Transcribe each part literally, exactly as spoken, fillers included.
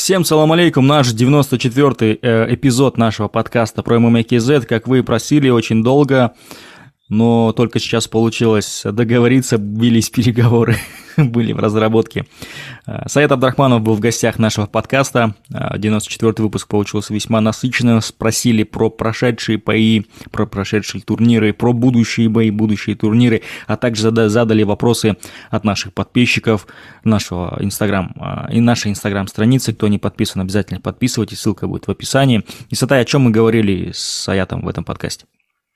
Всем салам алейкум, наш девяносто четвёртый э, эпизод нашего подкаста про эм эм а кей зет, как вы и просили очень долго, но только сейчас получилось договориться, велись переговоры, были в разработке. Саят Абдрахманов был в гостях нашего подкаста, девяносто четвёртый выпуск получился весьма насыщенным, спросили про прошедшие бои, про прошедшие турниры, про будущие бои, будущие турниры, а также задали вопросы от наших подписчиков, нашего инстаграм и нашей инстаграм-страницы. Кто не подписан, обязательно подписывайтесь, ссылка будет в описании. И, Сатай, о чем мы говорили с Саятом в этом подкасте?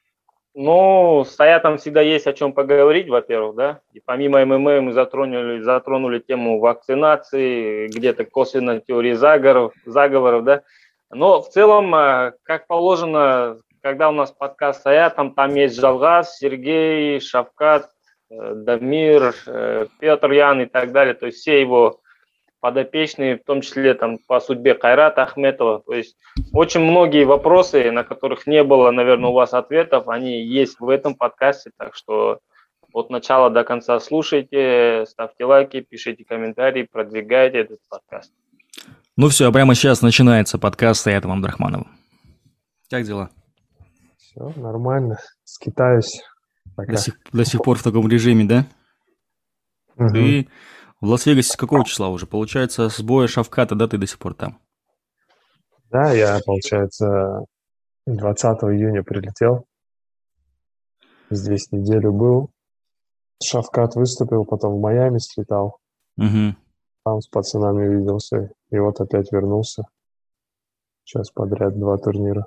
Ну, с Саятом всегда есть о чем поговорить, во-первых, да. И помимо эм эм а мы затронули, затронули тему вакцинации, где-то косвенно теории заговоров, заговоров, да. Но в целом, как положено, когда у нас подкаст с Саятом, там есть Жалгаз, Сергей, Шавкат, Дамир, Петр Ян и так далее. То есть все его подопечные, в том числе там по судьбе Кайрата Ахметова. То есть очень многие вопросы, на которых не было, наверное, у вас ответов, они есть в этом подкасте. Так что от начала до конца слушайте, ставьте лайки, пишите комментарии, продвигайте этот подкаст. Ну все, прямо сейчас начинается подкаст с Саятом Абдрахмановым. Как дела? Все нормально, скитаюсь. До сих, до сих пор в таком режиме, да? Угу. Ты в Лас-Вегасе с какого числа уже? Получается, с боя Шавката, да, ты до сих пор там? Да, я, получается, двадцатого июня прилетел. Здесь неделю был. Шавкат выступил, потом в Майами слетал. Угу. Там с пацанами виделся. И вот опять вернулся. Сейчас подряд два турнира.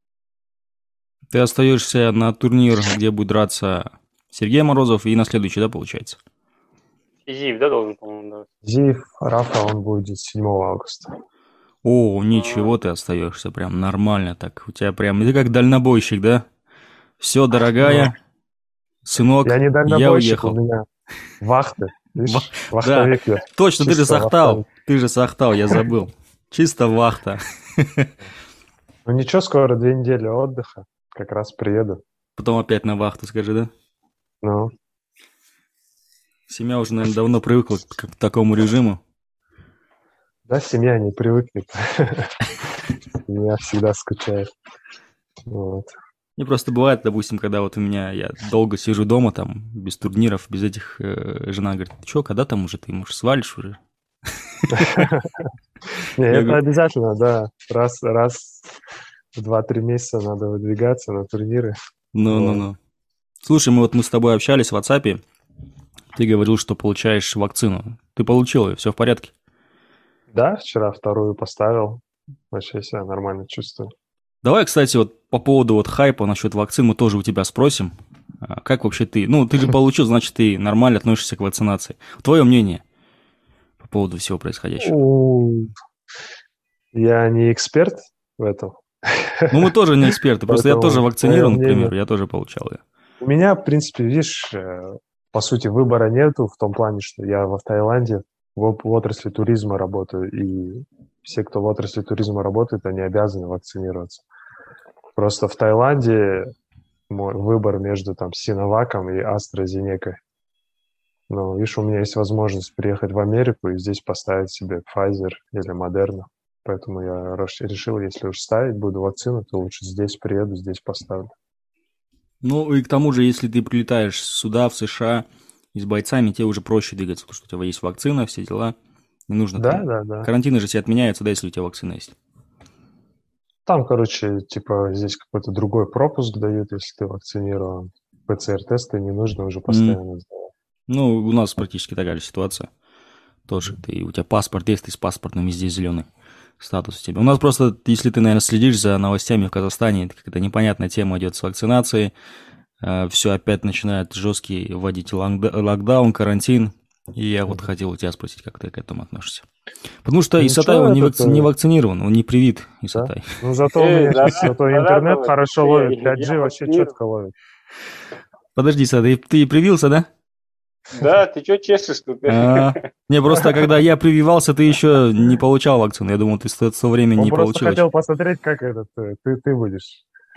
Ты остаешься на турнир, где будет драться Сергей Морозов, и на следующий, да, получается? Зиев, да, должен, по-моему, да? Зиев, Рафа, он будет седьмого августа. О, ничего, ты остаешься прям нормально так. У тебя прям, ты как дальнобойщик, да? Все, дорогая, сынок, я не дальнобойщик, я уехал. У меня вахты. Видишь, Ва- вахтовик да, я. точно, ты же Чисто сахтал, вахтовик. ты же сахтал, я забыл. Чисто вахта. Ну ничего, скоро две недели отдыха. Как раз приеду. Потом опять на вахту, скажи, да? Ну, Семья уже, наверное, давно привыкла к, к такому режиму. да, семья не привыкнет. Семья всегда скучает. Вот. Мне просто бывает, допустим, когда вот у меня, я долго сижу дома, там, без турниров, без этих, э, жена говорит, ты что, когда там уже, ты, может, свалишь уже? Не, Я это говорю- обязательно, да. Раз, раз в два-три месяца надо выдвигаться на турниры. Ну-ну-ну. Слушай, мы вот мы с тобой общались в WhatsApp, ты говорил, что получаешь вакцину. Ты получил ее, все в порядке? Да, вчера вторую поставил. Вообще себя нормально чувствую. Давай, кстати, вот по поводу вот хайпа насчет вакцин мы тоже у тебя спросим. А Как вообще ты? Ну, ты же получил, значит, ты нормально относишься к вакцинации. Твое мнение по поводу всего происходящего? У, Я не эксперт в этом. Ну, мы тоже не эксперты, просто я Поэтому тоже вакцинирован, к мое мнение- примеру, я тоже получал ее. У меня, в принципе, видишь, э, по сути, выбора нету в том плане, что я в Таиланде в, в отрасли туризма работаю, и все, кто в отрасли туризма работает, они обязаны вакцинироваться. Просто в Таиланде мой выбор между там Синоваком и AstraZeneca. Но, видишь, у меня есть возможность приехать в Америку и здесь поставить себе Pfizer или Moderna. Поэтому я раш- решил, если уж ставить буду вакцину, то лучше здесь приеду, здесь поставлю. Ну, и к тому же, если ты прилетаешь сюда, в США, и с бойцами, тебе уже проще двигаться, потому что у тебя есть вакцина, все дела. Не нужно Да, там... да, да. Карантины же все отменяются, да, если у тебя вакцина есть. Там, короче, типа здесь какой-то другой пропуск дают, если ты вакцинирован. ПЦР-тесты не нужно уже постоянно сдавать. Ну, у нас практически такая же ситуация. Тоже ты, у тебя паспорт есть, ты с паспортом везде зеленый статус у тебя. У нас просто, если ты, наверное, следишь за новостями в Казахстане, это какая-то непонятная тема идет с вакцинацией. Все опять начинает жесткий вводить лангда- локдаун, карантин. И я вот хотел у тебя спросить, как ты к этому относишься. Потому что Ну, Исатай, ничего, он не, этот, вакци- не э, вакцинирован, он не привит, Исатай. Ну, зато у Э, меня да, сейчас зато да, интернет да, хорошо да, ловит, я- пять джи я вообще вакцинирован. четко ловит. Подожди, Исатай, ты привился, да? Да, ты что чешешь тут? А, Не, просто когда я прививался, ты еще не получал вакцину. Я думал, ты в то время Он не просто получил. хотел посмотреть, как этот, э, ты, ты будешь.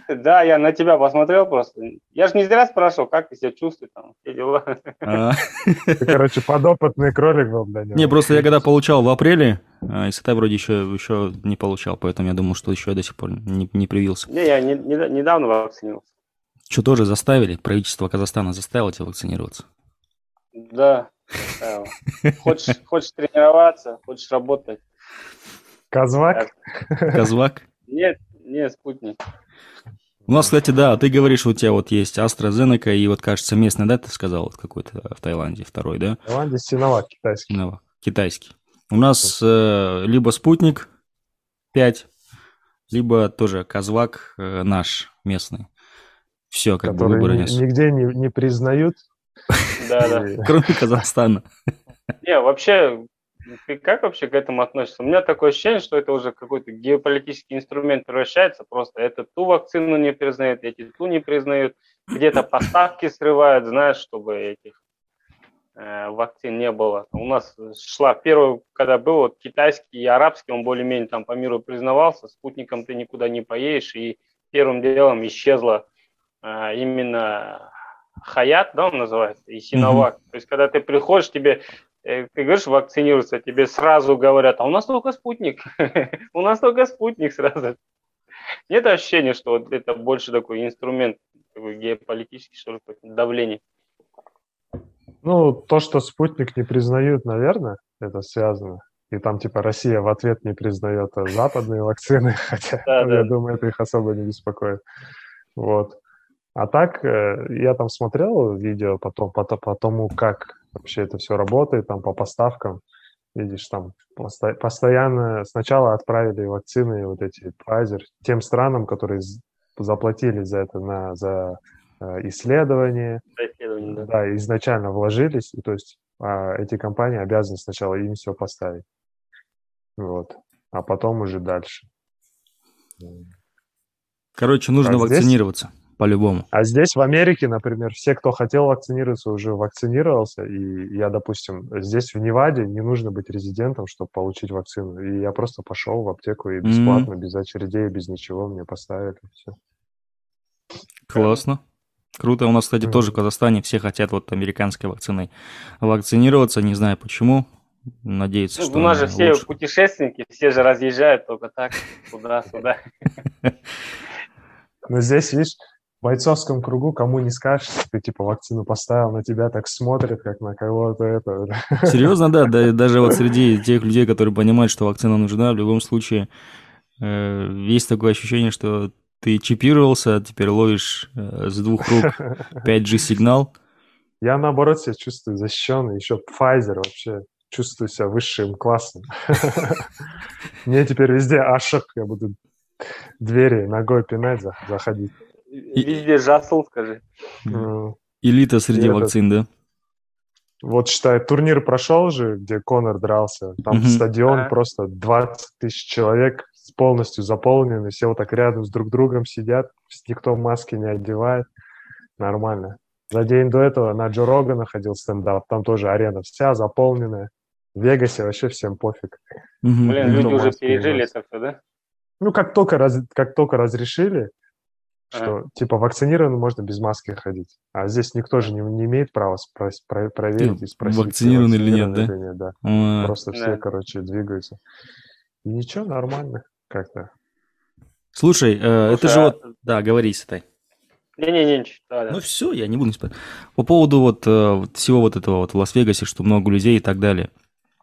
Да, я на тебя посмотрел просто. Я же не зря спрашивал, как ты себя чувствуешь, там, все дела. А, Ты, короче, подопытный кролик был для него. Не, просто я когда получал в апреле, а, и с этой вроде еще, еще не получал, поэтому я думал, что еще до сих пор не, не привился. Не, я не- не- недавно вакцинировался. Что тоже заставили? Правительство Казахстана заставило тебя вакцинироваться? Да, заставило. Хочешь, хочешь тренироваться, хочешь работать. Казвак? Казвак? Нет, нет, спутник. У нас, кстати, да, ты говоришь, у тебя вот есть AstraZeneca и вот, кажется, местный, да, ты сказал, вот какой-то в Таиланде, второй, да? В Таиланде Синовак китайский. Синовак, китайский. У нас э, либо спутник пять, либо тоже Казвак э, наш местный. Все, как бы выбора Которые нет. ни- нигде не, не признают. Да, да. И- Кроме Казахстана. Не, вообще, ты как вообще к этому относишься? У меня такое ощущение, что это уже какой-то геополитический инструмент превращается. Просто это ту вакцину не признают, эти ту не признают. Где-то поставки срывают, знаешь, чтобы этих э, вакцин не было. У нас шла первый, когда был вот китайский и арабский, он более-менее там по миру признавался. Спутником ты никуда не поедешь. И первым делом исчезла э, именно Хаят, да, он называется, и Синовак. То есть, когда ты приходишь, тебе, э, ты говоришь вакцинироваться, тебе сразу говорят, а у нас только спутник, у нас только спутник сразу. Нет ощущения, что вот это больше такой инструмент такой геополитический, что ли, давление. Ну, то, что спутник не признают, наверное, это связано. И там, типа, Россия в ответ не признает э, западные вакцины, хотя, Да, ну, я да. думаю, это их особо не беспокоит. Вот. А так, э, я там смотрел видео потом, по, то- по тому, как вообще это все работает, там, по поставкам. Видишь, там посто- постоянно сначала отправили вакцины, вот эти Pfizer, тем странам, которые з- заплатили за это, на, за э, исследование, Исследование, да. да, изначально вложились, и то есть а, эти компании обязаны сначала им все поставить, вот, а потом уже дальше. Короче, нужно А здесь, вакцинироваться, по-любому. а здесь в Америке, например, все, кто хотел вакцинироваться, уже вакцинировался, и я, допустим, здесь в Неваде не нужно быть резидентом, чтобы получить вакцину, и я просто пошел в аптеку и бесплатно, без очередей, без ничего мне поставили, все. Классно. Круто. У нас, кстати, Мгм. тоже в Казахстане все хотят вот американской вакциной вакцинироваться. Не знаю почему. Надеются, Ну, что у нас же она все лучше. путешественники, все же разъезжают только так, туда-сюда. Но здесь, видишь, в бойцовском кругу, кому не скажешь, ты типа вакцину поставил, на тебя так смотрят, как на кого-то это. Серьезно, да, да, даже вот среди тех людей, которые понимают, что вакцина нужна, в любом случае э, есть такое ощущение, что ты чипировался, теперь ловишь э, с двух рук пять джи сигнал. Я, наоборот, себя чувствую защищенный. Еще Pfizer вообще чувствую себя высшим классом. Мне теперь везде ашок, я буду двери ногой пинать, за- заходить. Везде жасл, скажи. Ну, Элита среди И этот- вакцин, да? Вот считай, турнир прошел же, где Конор дрался. Там Мгм. стадион Ага. просто двадцать тысяч человек, полностью заполнены, все вот так рядом с друг другом сидят, никто маски не одевает. Нормально. За день до этого на Джо Рогана ходил стендап, там тоже арена вся заполненная. В Вегасе вообще всем пофиг. Мгм, Блин, мгм. люди Никто уже маски не пережили носит. это все, да? Ну, как только, раз- как только разрешили, что Ага. типа вакцинированным можно без маски ходить. А здесь никто же не, не имеет права спрос- про- проверить и спросить, ты Вакцинирован или нет, вакцинирован да? или нет, да. А, Просто все, Да. короче, двигаются. И ничего, нормально как-то. Слушай, э, это Слушай, же а- вот... Да, говори, Сатай. Не-не-не, ничего. Да, да. Ну все, я не буду спать. По поводу вот э, вот всего вот этого вот в Лас-Вегасе, что много людей и так далее.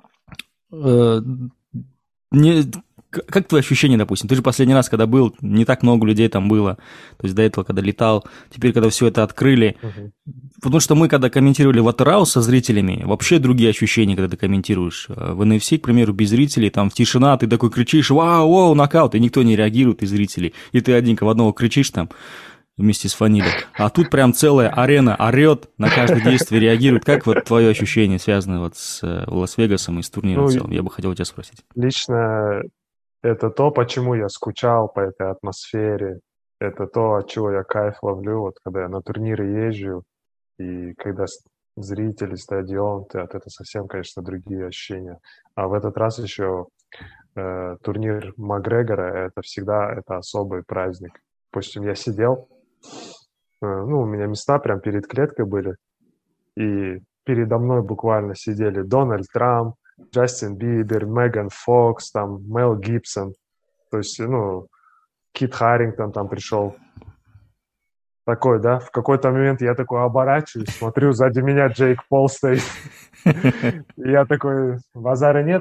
Э, не, к- как твои ощущения, допустим? Ты же последний раз, когда был, не так много людей там было. То есть до этого, когда летал. Теперь, когда все это открыли. Мгм. Потому что мы, когда комментировали Waterhouse со зрителями, вообще другие ощущения, когда ты комментируешь. Э, В эн эф си, к примеру, без зрителей, там в тишина, ты такой кричишь, вау, вау, нокаут, и никто не реагирует из зрителей. И ты одненько в одного кричишь там вместе с Фанилем. А тут прям целая арена орет, на каждое действие реагирует. Как вот твое ощущение связано вот с э, Лас-Вегасом и с турниром Ну, в целом? Я бы хотел у тебя спросить. Лично это то, почему я скучал по этой атмосфере. Это то, от чего я кайф ловлю, вот когда я на турниры езжу, и когда с- зрители, стадион, ты от этого совсем, конечно, другие ощущения. А в этот раз еще э, турнир Макгрегора, это всегда это особый праздник. допустим, я сидел, ну, у меня места прям перед клеткой были, и передо мной буквально сидели Дональд Трамп, Джастин Бибер, Меган Фокс, там, Мел Гибсон, то есть, ну, Кит Харрингтон там пришел. Такой, да, в какой-то момент я такой оборачиваюсь, смотрю, сзади меня Джейк Пол стоит. Я такой, базара нет.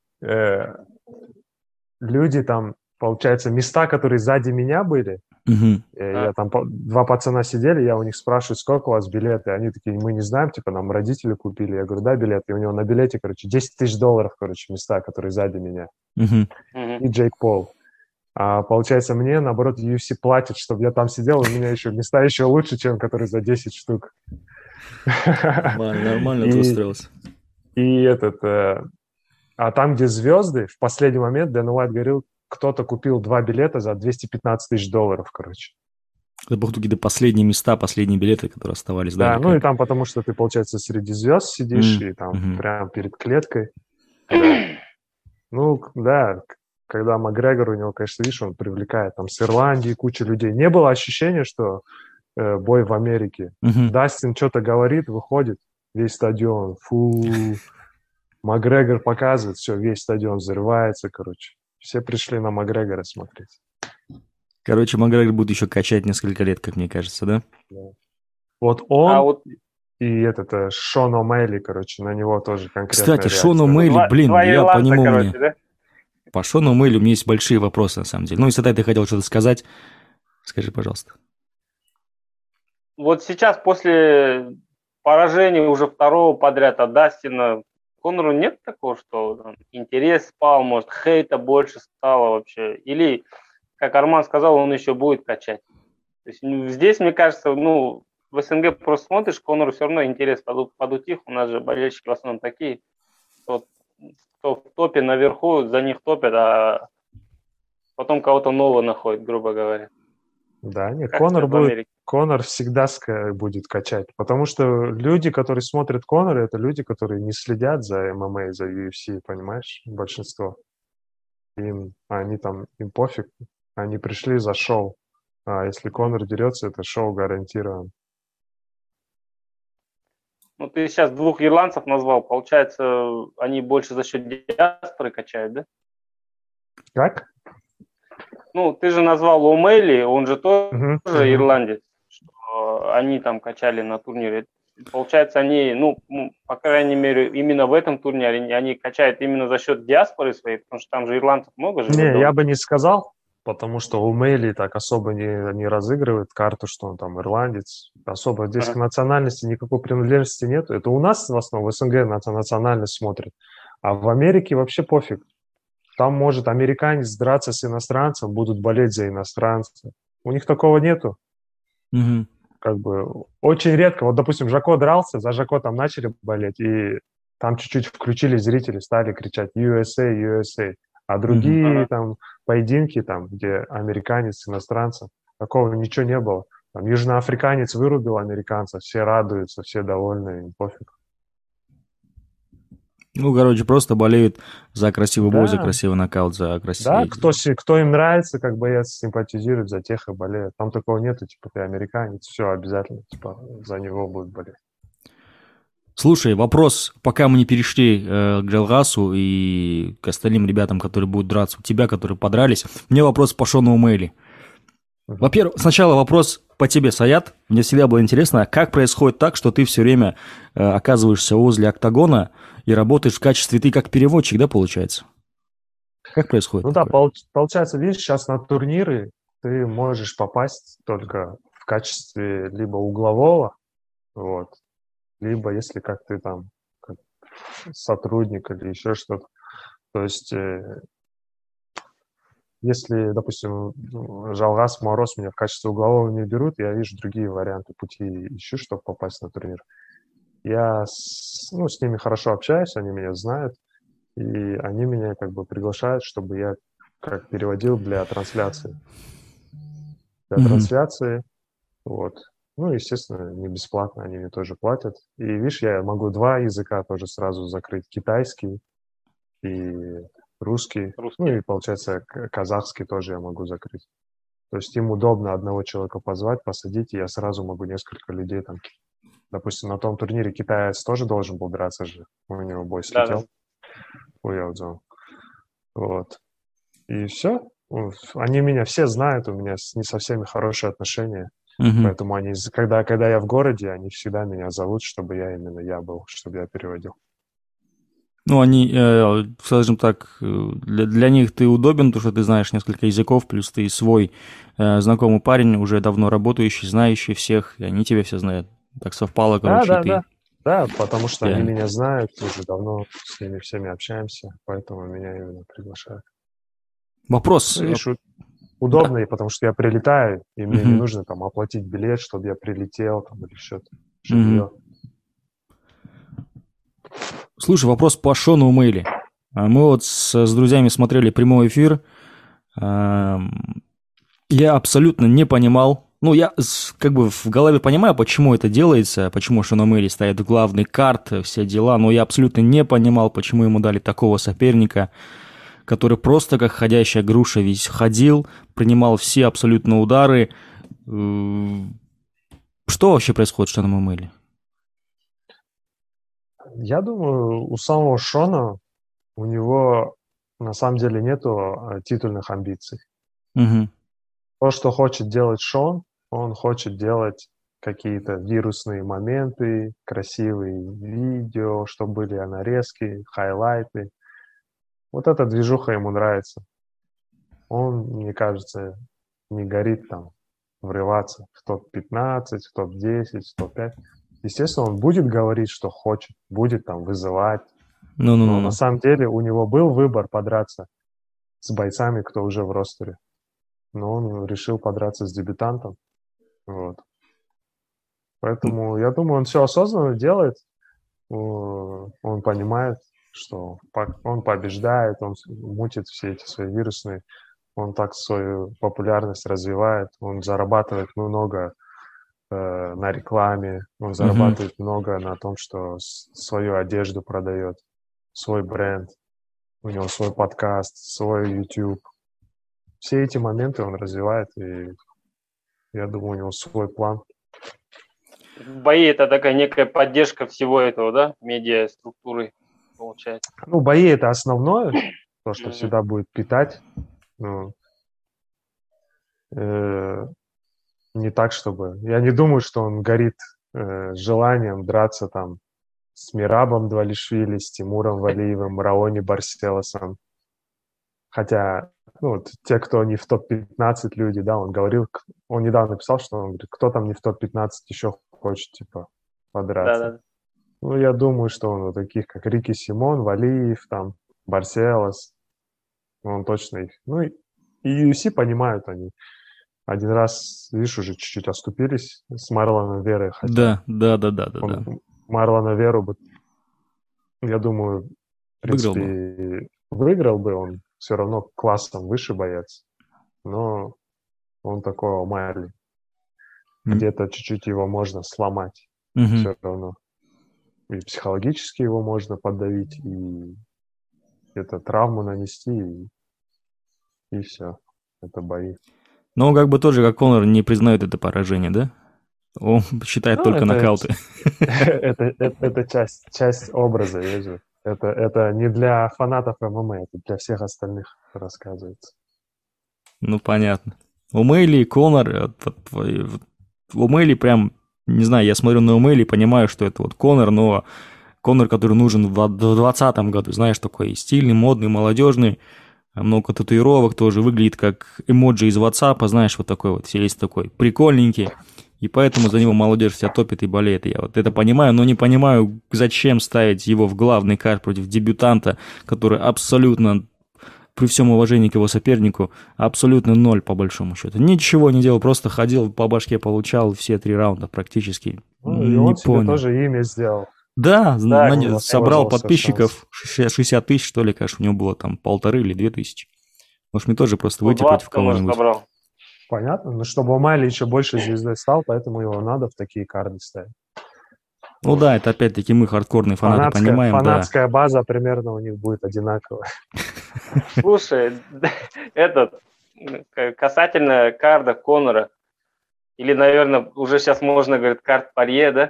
Люди там, получается, места, которые сзади меня были, Мгм. я там, два пацана сидели, я у них спрашиваю, сколько у вас билеты? Они такие, мы не знаем, типа, нам родители купили. Я говорю, да, билет. И у него на билете, короче, десять тысяч долларов, короче, места, которые сзади меня. Мгм. И Джейк Пол. А получается, мне, наоборот, ю эф си платит, чтобы я там сидел, у меня еще места еще лучше, чем которые за десять штук. Нормально, нормально ты И, устроился. и этот... э, а там, где звезды, в последний момент Дэн Уайт говорил, кто-то купил два билета за двести пятнадцать тысяч долларов, короче. Это были какие-то последние места, последние билеты, которые оставались. Да, или ну и как? там, потому что ты, получается, среди звезд сидишь, М, и там мгм. прям перед клеткой. Да. Ну, к- да, к- когда Макгрегор, у него, конечно, видишь, он привлекает там с Ирландии куча людей. Не было ощущения, что э, бой в Америке. Мгм. Дастин что-то говорит, выходит, весь стадион, фу. Макгрегор показывает, все, весь стадион взрывается, короче. Все пришли на Макгрегора смотреть. Короче, Макгрегор будет еще качать несколько лет, как мне кажется, да? Да. Вот А он вот и этот э, Шон О'Мэлли, короче, на него тоже конкретная Кстати, Шон реакция. О'Мэлли, два, блин, два я по ирландца, нему короче, мне... да? По Шону О'Мэлли у меня есть большие вопросы, на самом деле. Ну, если ты хотел что-то сказать, скажи, пожалуйста. Вот сейчас после поражения уже второго подряд от Дастина, Конору нет такого, что там, интерес спал, может, хейта больше стало вообще? Или, как Арман сказал, он еще будет качать? То есть, ну, здесь, мне кажется, ну, в СНГ просто смотришь, Конору все равно интерес поду- подутих. У нас же болельщики в основном такие, кто, кто в топе наверху, за них топят, а потом кого-то нового находит, грубо говоря. Да, нет, Как Конор это в будет, Америке? Конор всегда ска- будет качать, потому что люди, которые смотрят Конора, это люди, которые не следят за эм эм а, за ю эф си, понимаешь, большинство. Им, они там, им пофиг, они пришли за шоу. А если Конор дерется, это шоу гарантировано. Ну, ты сейчас двух ирландцев назвал. Получается, они больше за счет диаспоры качают, да? Как? Ну, ты же назвал О'Мэлли, он же тоже Мгм, мгм. ирландец. Что они там качали на турнире. Получается, они, ну, ну, по крайней мере, именно в этом турнире они, они качают именно за счет диаспоры своей, потому что там же ирландцев много живет Не, я дома. бы не сказал, потому что у Мэйли так особо не, не разыгрывает карту, что он там ирландец. Особо здесь к Ага. национальности никакой принадлежности нет. Это у нас в основном в СНГ на национальность смотрят. А в Америке вообще пофиг. Там может американец драться с иностранцем, будут болеть за иностранца. У них такого нету. Мгм. Как бы очень редко. Вот, допустим, Жако дрался, за Жако там начали болеть, и там чуть-чуть включили зрители, стали кричать ю эс эй, ю эс эй. А другие Ага. там поединки, там, где американец с иностранцем, такого ничего не было. Там южноафриканец вырубил американца, все радуются, все довольны, им пофиг. Ну, короче, просто болеют за красивый бой, за Да, красивый нокаут, за да, красивый... кто, си- кто им нравится, как боец, симпатизирует, за тех и болеют. Там такого нету, типа, ты американец, все, обязательно, типа, за него будет болеть. Слушай, вопрос, пока мы не перешли э, к Джелгасу и к остальным ребятам, которые будут драться у тебя, которые подрались, мне вопрос по Шону О'Мэлли. Мгм. Во-первых, сначала вопрос по тебе, Саят. Мне всегда было интересно, как происходит так, что ты все время э, оказываешься возле октагона и работаешь в качестве, ты как переводчик, да, получается? Как происходит Ну да, такое? пол- получается, видишь, сейчас на турниры ты можешь попасть только в качестве либо углового, вот, либо если как ты там как сотрудник или еще что-то. То есть, э, если, допустим, ну, Жалгас, Мороз меня в качестве углового не берут, я вижу другие варианты пути, ищу, чтобы попасть на турнир. Я с, ну, с ними хорошо общаюсь, они меня знают, и они меня как бы приглашают, чтобы я как переводил для трансляции. Для Мгм. трансляции, вот. Ну, естественно, не бесплатно, они мне тоже платят. И видишь, я могу два языка тоже сразу закрыть: китайский и русский. Ну Русские. и, получается, к- казахский тоже я могу закрыть. То есть им удобно одного человека позвать, посадить, и я сразу могу несколько людей там. Допустим, на том турнире китаец тоже должен был драться же. У него бой слетел. Да. У Яудзо. Вот. И все. Они меня все знают, у меня не со всеми хорошие отношения. Мгм. Поэтому они, когда, когда я в городе, они всегда меня зовут, чтобы я именно я был, чтобы я переводил. Ну, они, э, скажем так, э, для, для них ты удобен, потому что ты знаешь несколько языков, плюс ты свой э, знакомый парень, уже давно работающий, знающий всех, и они тебя все знают. Так совпало, Да, короче, и да, ты да. Да, потому что они идеально. меня знают, уже давно с ними всеми общаемся, поэтому меня именно приглашают. Вопрос. Ну, э, видишь, у- Да. удобно, и потому что я прилетаю, и мне не Мгм. нужно там оплатить билет, чтобы я прилетел, там, или что-то, Мгм. жилье. Слушай, вопрос по Шону Мэйли. А Мы вот с, с друзьями смотрели прямой эфир. Ам, Я абсолютно не понимал. Ну, я с- как бы в голове понимаю, почему это делается, почему Шон Мэйли ставит в главный карт, все дела, но я абсолютно не понимал, почему ему дали такого соперника, который просто как ходящая груша весь ходил, принимал все абсолютно удары. Э, Что вообще происходит с Шоном Мэйли? Я думаю, у самого Шона, у него на самом деле нету э, титульных амбиций. Мгм. То, что хочет делать Шон, он хочет делать какие-то вирусные моменты, красивые видео, чтобы были нарезки, хайлайты. Вот эта движуха ему нравится. Он, мне кажется, не горит там врываться в топ пятнадцать, в топ десять, в топ пять. Естественно, он будет говорить, что хочет, будет там вызывать. Но на Ну-ну-ну. самом деле у него был выбор подраться с бойцами, кто уже в ростере. Но он решил подраться с дебютантом. Вот. Поэтому я думаю, он все осознанно делает. О, Он понимает, что по- он побеждает, он с- мутит все эти свои вирусные. Он так свою популярность развивает, он зарабатывает много э, на рекламе, он Мгм. зарабатывает много на том, что с- свою одежду продает, свой бренд, у него свой подкаст, свой YouTube. Все эти моменты он развивает, и я думаю, у него свой план. Бои – это такая некая поддержка всего этого, да, медиа-структуры, получается. Ну, бои — это основное, то, что Мгм. всегда будет питать. Ну, э, не так, чтобы... Я не думаю, что он горит э, желанием драться там с Мирабом Двалишвили, с Тимуром Валиевым, Раони Барселосом. Хотя, ну, вот те, кто не в топ пятнадцать люди, да, он говорил, к- он недавно писал, что он говорит, кто там не в топ пятнадцать еще хочет, типа, подраться. Да-да. Ну, я думаю, что он вот таких, как Рики Симон, Валиев, там, Барселос, он точно их... Ну, и и ю эф си понимают они. Один раз, видишь, уже чуть-чуть оступились с Марлоном Верой, хотя Да, да, да, да, да, да. он Марлона Веру бы, я думаю, в Выиграл бы. принципе, выиграл бы, он все равно классом выше боец, но он такой Омарли. М. Где-то чуть-чуть его можно сломать Мгм. все равно. И психологически его можно подавить, и где-то травму нанести, и, и все. Это бои. Но он как бы тоже, как Конор, не признает это поражение, да? Он считает Ну, только это, нокауты. это, это, это часть, часть образа, вижу. Это, это не для фанатов эм эм а, это для всех остальных рассказывается. Ну, понятно. У Мэйли и Конор, э, вот, вот, вот, у Мэйли прям, не знаю, я смотрю на Мэйли и понимаю, что это вот Конор, но Конор, который нужен в два- в двадцатом году, знаешь, такой стильный, модный, молодежный, много татуировок тоже, выглядит как эмоджи из WhatsApp, знаешь, вот такой вот, есть такой прикольненький, и поэтому за него молодежь вся топит и болеет. Я вот это понимаю, но не понимаю, зачем ставить его в главный карт против дебютанта, который абсолютно, при всем уважении к его сопернику, абсолютно ноль по большому счету. Ничего не делал, просто ходил, по башке получал все три раунда практически. Ну, и Не он себе понял. тоже имя сделал. Да, Да, на не- Он собрал воспользовался шансом. подписчиков шестьдесят, шестьдесят тысяч, что ли, конечно, у него было там полторы или две тысячи. Может, мне тоже просто сто выйти против двадцать, может, кого-нибудь. собрал. Понятно. Но чтобы Омали еще больше звездой стал, поэтому его надо в такие карды ставить. Ну Вот. да, это опять-таки мы, хардкорные фанаты, Фанатская, понимаем, да. фанатская база примерно у них будет одинаковая. Слушай, этот, касательно карда Конора, или, наверное, уже сейчас можно говорить карт Парье, да?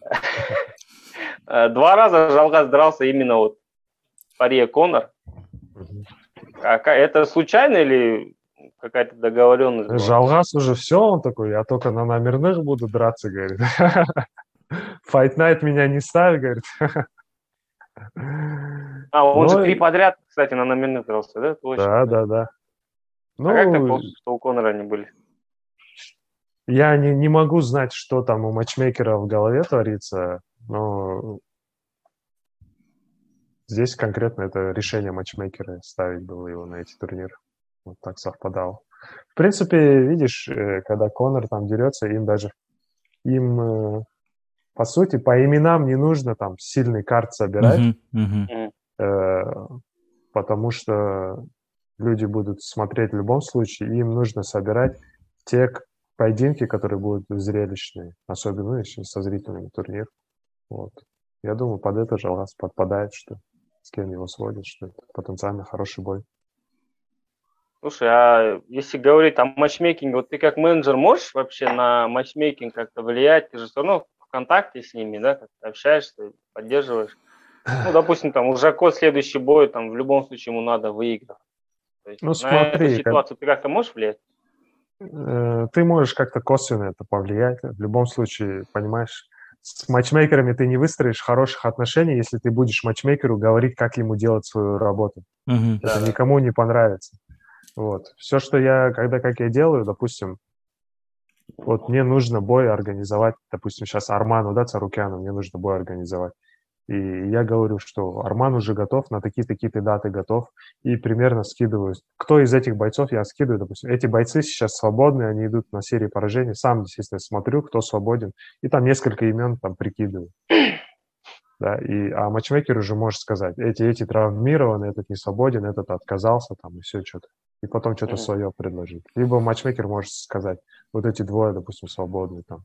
Два раза жалғас дрался именно вот Парье Конор. А это случайно или какая-то договоренность была? Жалғас уже все, он такой, я только на номерных буду драться, говорит. Fight Night меня не ставь, говорит. А, он Но... же три подряд, кстати, на номерных дрался, да? Точно, да, да, да, да. Ну, а как так получилось, что у Конора они были? Я не, не могу знать, что там у матчмейкера в голове творится, но здесь конкретно это решение матчмейкера ставить было его на эти турниры. Вот так совпадало. В принципе, видишь, когда Конор там дерется, им даже, им, по сути, по именам не нужно там сильный карт собирать, uh-huh, uh-huh. потому что люди будут смотреть в любом случае, им нужно собирать те поединки, которые будут зрелищные, особенно если со зрительными турнир. Вот. Я думаю, под это же раз подпадает, что с кем его сводят, что это потенциально хороший бой. Слушай, а если говорить о матчмейкинге, вот ты как менеджер можешь вообще на матчмейкинг как-то влиять? Ты же все равно в контакте с ними, да, как-то общаешься, поддерживаешь. Ну, допустим, там у Жако следующий бой, там в любом случае ему надо выиграть. То есть, ну, на смотри, эту ситуацию как... ты как-то можешь влиять? Ты можешь как-то косвенно это повлиять. В любом случае, понимаешь, с матчмейкерами ты не выстроишь хороших отношений, если ты будешь матчмейкеру говорить, как ему делать свою работу. uh-huh. Это да, никому не понравится. Вот. Все, что я, когда как я делаю, допустим, вот мне нужно бой организовать, допустим, сейчас Арману, да, Царукяну, мне нужно бой организовать. И я говорю, что Арман уже готов, на такие-такие даты готов, и примерно скидываю. Кто из этих бойцов я скидываю, допустим, эти бойцы сейчас свободны, они идут на серии поражений, сам, естественно, смотрю, кто свободен, и там несколько имен там прикидываю. Да, и, а матчмейкер уже может сказать, эти, эти травмированы, этот не свободен, этот отказался, там, и все что-то. И потом что-то mm-hmm. свое предложить. Либо матчмейкер может сказать, вот эти двое, допустим, свободны там.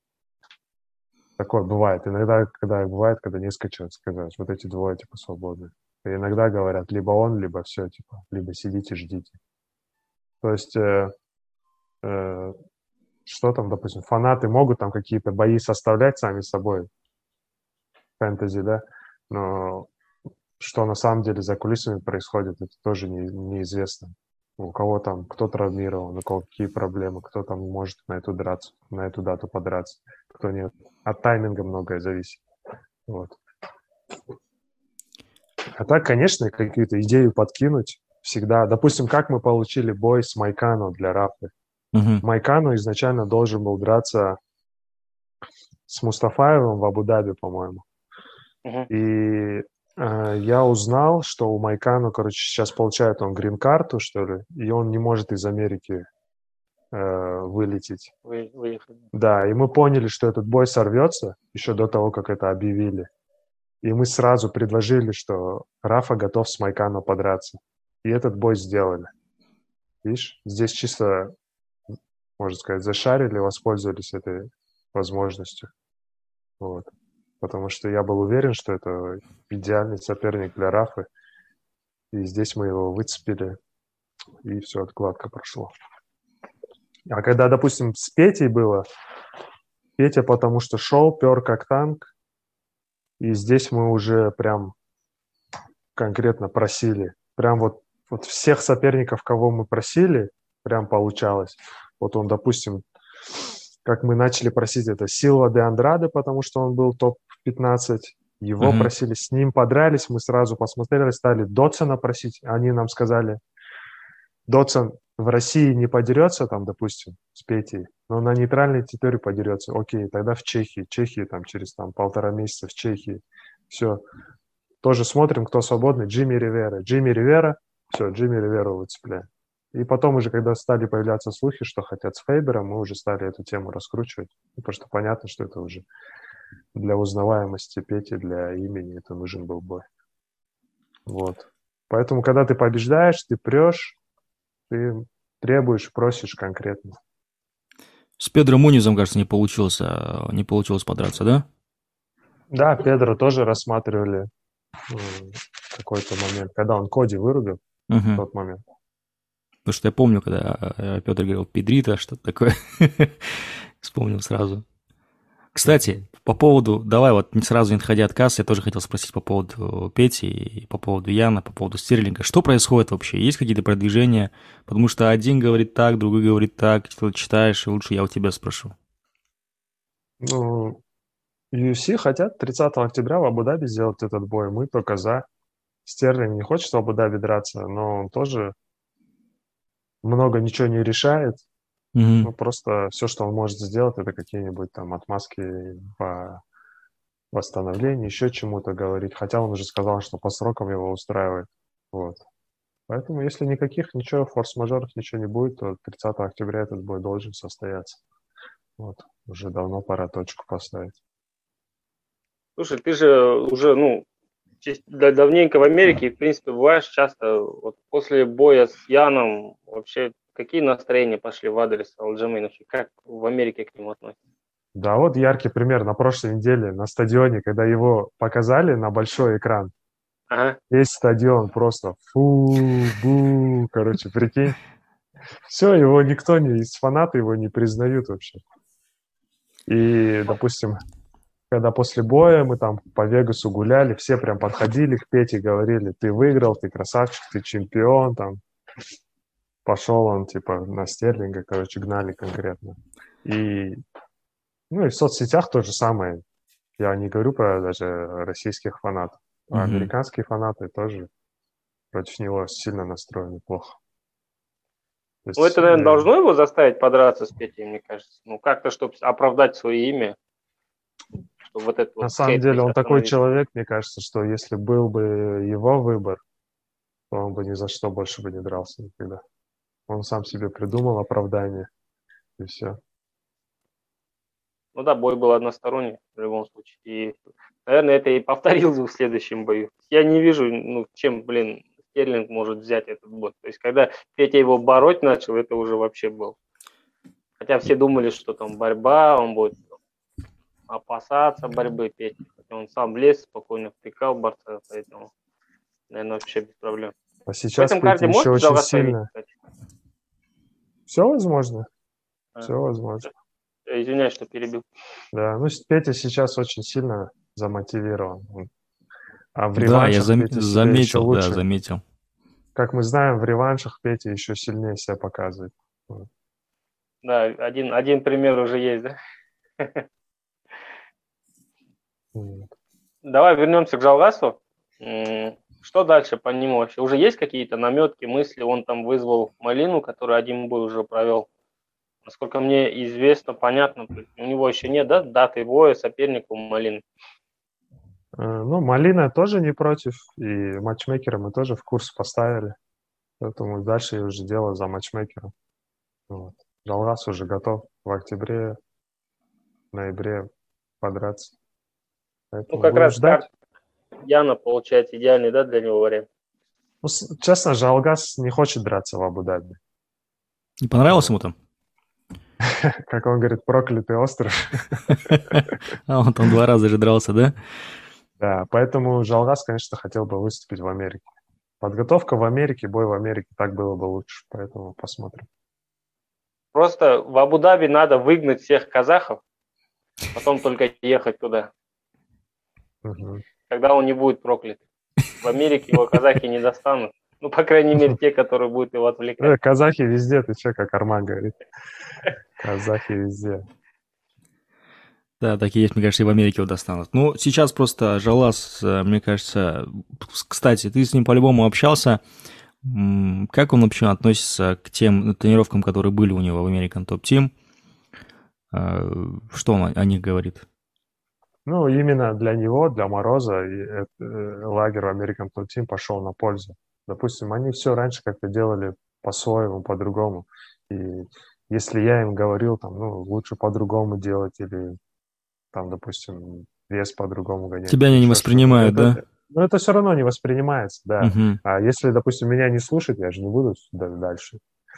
Такое бывает. Иногда, когда бывает, когда несколько человек сказать, вот эти двое, типа, свободны. И иногда говорят, либо он, либо все, типа, либо сидите, ждите. То есть, э, э, что там, допустим, фанаты могут там какие-то бои составлять сами собой, фэнтези, да, но что на самом деле за кулисами происходит, это тоже не, неизвестно. У кого там, кто травмирован, у кого какие проблемы, кто там может на эту драться, на эту дату подраться, кто нет. От тайминга многое зависит. Вот. А так, конечно, какие-то идеи подкинуть всегда. Допустим, как мы получили бой с Майкано для Рафы. Uh-huh. Майкано изначально должен был драться с Мустафаевым в Абу-Даби, по-моему. Uh-huh. И э, я узнал, что у Майкано, короче, сейчас получает он грин-карту, что ли, и он не может из Америки э, вылететь. Вы, выехали. Да, и мы поняли, что этот бой сорвется еще до того, как это объявили. И мы сразу предложили, что Рафа готов с Майкано подраться. И этот бой сделали. Видишь, здесь чисто, можно сказать, зашарили, воспользовались этой возможностью. Вот. Потому что я был уверен, что это идеальный соперник для Рафы. И здесь мы его выцепили, и все, гладко прошло. А когда, допустим, с Петей было, Петя потому что шел, пер как танк, и здесь мы уже прям конкретно просили. Прям вот, вот всех соперников, кого мы просили, прям получалось. Вот он, допустим, как мы начали просить, это Силва де Андраде, потому что он был топ пятнадцать. Его mm-hmm. просили, с ним подрались, мы сразу посмотрели, стали Дотсона просить. Они нам сказали, Дотсон в России не подерется, там, допустим, с Петей, но на нейтральной территории подерется. Окей, тогда в Чехии. Чехии там через там, полтора месяца в Чехии. Все. Тоже смотрим, кто свободный. Джимми Ривера. Джимми Ривера. Все, Джимми Риверу выцепляем. И потом уже, когда стали появляться слухи, что хотят с Фейбером, мы уже стали эту тему раскручивать. Потому что понятно, что это уже для узнаваемости Пети, для имени это нужен был бой. Вот. Поэтому, когда ты побеждаешь, ты прешь, ты требуешь, просишь конкретно. С Педро Мунизом, кажется, не получилось, не получилось подраться, да? Да, Педро тоже рассматривали в какой-то момент, когда он Коди вырубил, uh-huh. в тот момент. Потому что я помню, когда Петр говорил «Педрита», что-то такое. Вспомнил сразу. Кстати, по поводу, давай вот не сразу не отходя от кассы, я тоже хотел спросить по поводу Пети, и по поводу Яна, по поводу Стерлинга. Что происходит вообще? Есть какие-то продвижения? Потому что один говорит так, другой говорит так, что читаешь, и лучше я у тебя спрошу. Ну, ю эф си хотят тридцатого октября в Абу-Даби сделать этот бой. Мы только за. Стерлинг не хочет в Абу-Даби драться, но он тоже много ничего не решает. Угу. Ну, просто все, что он может сделать, это какие-нибудь там отмазки по восстановлению, еще чему-то говорить. Хотя он уже сказал, что по срокам его устраивает. Вот. Поэтому, если никаких, ничего, форс-мажоров, ничего не будет, то тридцатого октября этот бой должен состояться. Вот. Уже давно пора точку поставить. Слушай, ты же уже, ну, давненько в Америке, и, в принципе, бываешь часто. Вот после боя с Яном вообще какие настроения пошли в адрес Алджимейна? Как в Америке к нему относятся? Да, вот яркий пример на прошлой неделе на стадионе, когда его показали на большой экран. Ага. Весь стадион просто фу-бу, короче, прикинь. Все, его никто не, из фанаты его не признают вообще. И, допустим, когда после боя мы там по Вегасу гуляли, все прям подходили к Пете, говорили, ты выиграл, ты красавчик, ты чемпион, там. Пошел он, типа, на Стерлинга, короче, гнали конкретно. И, ну, и в соцсетях то же самое. Я не говорю про даже российских фанатов. А Мгм. американские фанаты тоже против него сильно настроены плохо. То Ну, есть, это, наверное, э, должно его заставить подраться с Петей, мне кажется. Ну, как-то, чтобы оправдать свое имя, чтобы вот этот на вот самом хейт деле весь он такой остановить. человек, мне кажется, что если был бы его выбор, то он бы ни за что больше бы не дрался никогда. Он сам себе придумал оправдание, и все. Ну да, бой был односторонний в любом случае. И, наверное, это и повторил в следующем бою. Я не вижу, ну, чем, блин, Стерлинг может взять этот бой. То есть, когда Петя его бороть начал, это уже вообще был. Хотя все думали, что там борьба, он будет опасаться борьбы Пети. Хотя он сам лез, спокойно втыкал борца, поэтому, наверное, вообще без проблем. А В сейчас этом карте Петя еще может очень Жалгас победить, сильно. кстати? Все возможно, А, все возможно. Извиняюсь, что перебил. Да, ну с- Петя сейчас очень сильно замотивирован. Он- А в Да, я реваншах зам- Петя себя еще заметил, да, лучше. заметил. Как мы знаем, в реваншах Петя еще сильнее себя показывает. Вот. Да, один, один пример уже есть, да? Вот. Давай вернемся к Жалгасу. М, Что дальше по нему вообще? Уже есть какие-то наметки, мысли? Он там вызвал Малину, который один бой уже провел. Насколько мне известно, понятно, то есть у него еще нет, да, даты боя соперника у Малины. Э, Ну, Малина тоже не против, и матчмейкера мы тоже в курс поставили. Поэтому дальше уже дело за матчмейкером. Вот. Жалгас уже готов в октябре, ноябре подраться. Ну, Поэтому как будем раз ждать. карта Яна получается идеальный, да, для него вариант. Ну, с- честно, Жалгас не хочет драться в Абу-Даби. Не понравилось Вот. ему там? Как он говорит, проклятый остров. А он там два раза же дрался, да? Да, поэтому Жалгас, конечно, хотел бы выступить в Америке. Подготовка в Америке, бой в Америке, так было бы лучше. Поэтому посмотрим. Просто в Абу-Даби надо выгнать всех казахов, потом только ехать туда. Мгм. Тогда он не будет проклят. В Америке его казахи не достанут. Ну, по крайней мере, те, которые будут его Э, отвлекать. казахи везде, ты че, как Арман говорит. Казахи везде. Да, так и есть, мне кажется, и в Америке его достанут. Ну, сейчас просто Жалас, э, мне кажется... Кстати, ты с ним по-любому общался. М, Как он вообще относится к тем тренировкам, которые были у него в American Top Team? Э, Что он о о них говорит? Ну, именно для него, для Мороза, и, э, э, лагерь в American Top Team пошел на пользу. Допустим, они все раньше как-то делали по-своему, по-другому. И если я им говорил, там, ну, лучше по-другому делать, или там, допустим, вес по-другому гонять, Тебя или они не еще что-то. Но воспринимают, да? это, но это все равно не воспринимается, да. Мгм. А если, допустим, меня не слушать, я же не буду да- дальше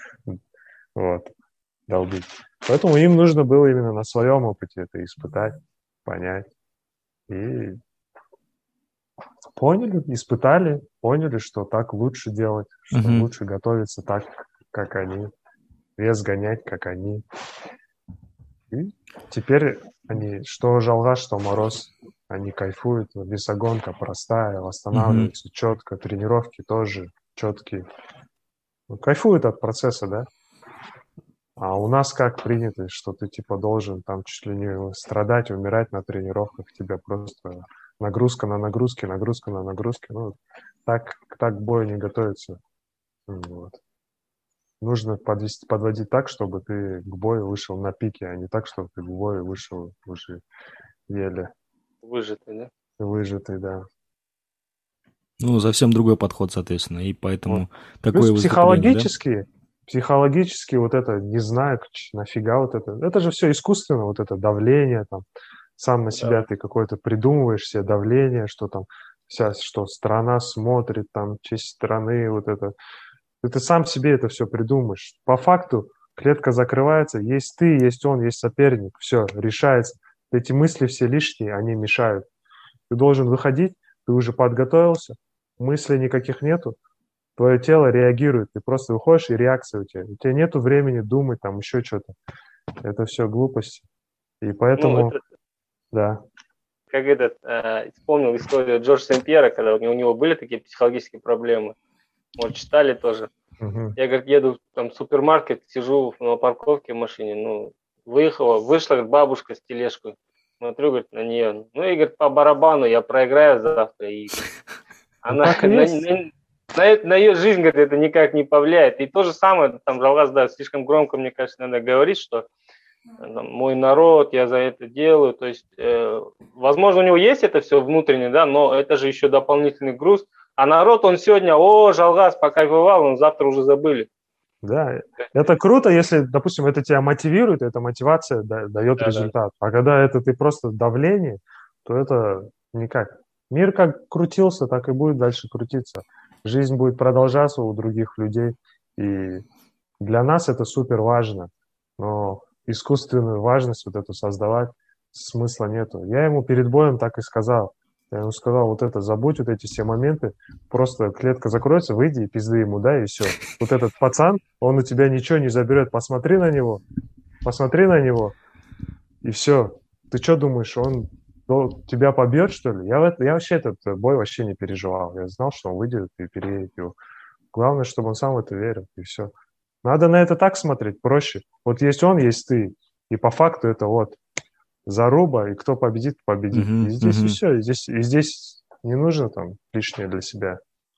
вот, долбить. Поэтому им нужно было именно на своем опыте это испытать, понять. И поняли, испытали, поняли, что так лучше делать, что Мгм. лучше готовиться так, как они, вес гонять, как они. И теперь они, что Жалгаш, что Мороз, они кайфуют, весогонка простая, восстанавливаются mm-hmm. четко, тренировки тоже четкие. Ну, кайфуют от процесса, да? А у нас как принято, что ты типа должен там чуть ли не страдать, умирать на тренировках, тебя просто нагрузка на нагрузке, нагрузка на нагрузке. Ну, так, так к бою не готовится. Вот. Нужно подвести, подводить так, чтобы ты к бою вышел на пике, а не так, чтобы ты к бою вышел уже еле. Выжатый, да? Выжатый, да. Ну, совсем другой подход, соответственно, и поэтому вот. такое Плюс психологически, да? психологически вот это, не знаю, нафига вот это, это же все искусственно, вот это давление, там, сам на себя да. ты какое-то придумываешь себе давление, что там вся, что страна смотрит, там, честь страны, вот это. Ты сам себе это все придумаешь. По факту клетка закрывается, есть ты, есть он, есть соперник, все, решается. Эти мысли все лишние, они мешают. Ты должен выходить, ты уже подготовился, мыслей никаких нету, твое тело реагирует, ты просто выходишь, и реакция у тебя. У тебя нету времени думать, там, еще что-то. Это все глупости. И поэтому, ну, это... да. Как этот, э, вспомнил историю Джорджа Сен-Пьера, когда у него были такие психологические проблемы. Вот, читали тоже. Uh-huh. Я, говорит, еду там в супермаркет, сижу на парковке в машине, ну, выехала, вышла говорит, бабушка с тележкой, смотрю, говорит, на нее, ну, и, говорит, по барабану я проиграю завтра, и она, на, на, на, на ее жизнь, говорит, это никак не повлияет. И то же самое, там, Жалгаз, да, слишком громко, мне кажется, надо говорить, что там, мой народ, я за это делаю, то есть, э, возможно, у него есть это все внутреннее, да, но это же еще дополнительный груз. А народ, он сегодня, о, Жалгаз, покайфовал, он завтра уже забыли. Да, это круто, если, допустим, это тебя мотивирует, эта мотивация да, дает да, результат. Да. А когда это ты просто давление, то это никак. Мир как крутился, так и будет дальше крутиться. Жизнь будет продолжаться у других людей. И для нас это супер важно. Но искусственную важность вот эту создавать смысла нету. Я ему перед боем так и сказал. Я ему сказал, вот это, забудь вот эти все моменты, просто клетка закроется, выйди и пизды ему, да, и все. Вот этот пацан, он у тебя ничего не заберет, посмотри на него, посмотри на него, и все. Ты что думаешь, он тебя побьет, что ли? Я, в это, я вообще этот бой вообще не переживал. Я знал, что он выйдет и переедет его. Главное, чтобы он сам в это верил, и все. Надо на это так смотреть, проще. Вот есть он, есть ты, и по факту это вот заруба, и кто победит, победит. Uh-huh, и здесь uh-huh. и все. И здесь, и здесь не нужно там лишнее для себя.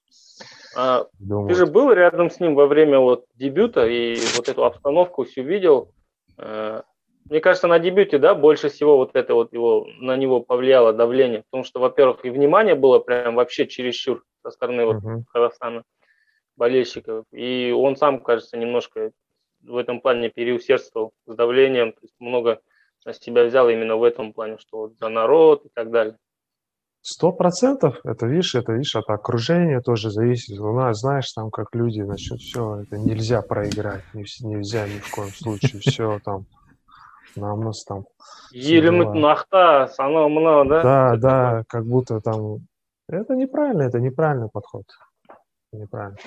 А, ты же был рядом с ним во время вот дебюта и вот эту обстановку всю видел. Мне кажется, на дебюте, да, больше всего вот это вот его, на него повлияло давление. Потому что, во-первых, и внимание было прям вообще чересчур со стороны вот uh-huh. Казахстана, болельщиков. И он сам, кажется, немножко в этом плане переусердствовал с давлением. То есть много на себя взял именно в этом плане, что вот за народ и так далее. Сто процентов. Это, видишь, это, видишь, от окружения тоже зависит. У нас, знаешь, там как люди, значит, все, это нельзя проиграть, нельзя ни в коем случае, все там, нам нас там... Елемет нахта, сана мна, да? Да, да, такое? Как будто там... Это неправильно, это неправильный подход. Неправильно.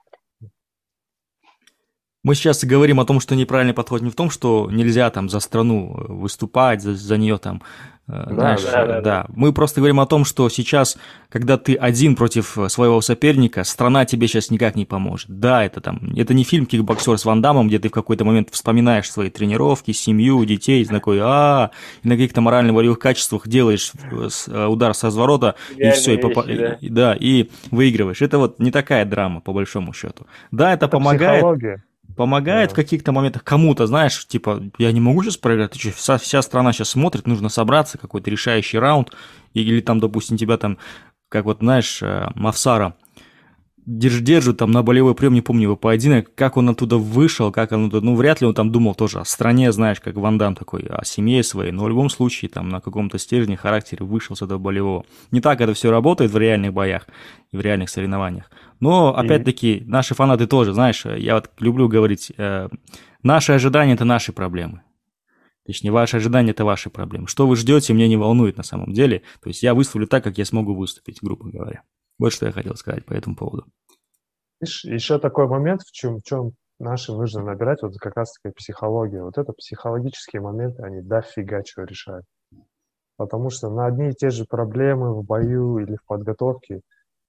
Мы сейчас говорим о том, что неправильный подход не в том, что нельзя там за страну выступать, за, за нее там, да, знаешь, да, да, да. да. Мы просто говорим о том, что сейчас, когда ты один против своего соперника, страна тебе сейчас никак не поможет. Да, это там, это не фильм «Кикбоксер» с Ван Даммом, где ты в какой-то момент вспоминаешь свои тренировки, семью, детей, такой, а и на каких-то морально-волевых качествах делаешь удар со разворота, и все, и, попа- да. И, да, и выигрываешь. Это вот не такая драма, по большому счету. Да, это, это помогает. Психология. Помогает да. в каких-то моментах кому-то, знаешь, типа, я не могу сейчас проиграть, вся, вся страна сейчас смотрит, нужно собраться, какой-то решающий раунд, или там, допустим, тебя там, как вот, знаешь, Мавсара держ, держат там на болевой прием, не помню его поединок, как он оттуда вышел, как он оттуда, ну, вряд ли он там думал тоже о стране, знаешь, как Ван Дам такой, о семье своей, но в любом случае там на каком-то стержне, характере вышел с этого болевого. Не так это все работает в реальных боях и в реальных соревнованиях. Но, опять-таки, и... наши фанаты тоже, знаешь, я вот люблю говорить, э, наши ожидания – это наши проблемы. Точнее, ваши ожидания – это ваши проблемы. Что вы ждете, меня не волнует на самом деле. То есть я выступлю так, как я смогу выступить, грубо говоря. Вот что я хотел сказать по этому поводу. Еще такой момент, в чем, в чем нашим нужно набирать вот как раз-таки психологию. Вот это психологические моменты, они дофига чего решают. Потому что на одни и те же проблемы в бою или в подготовке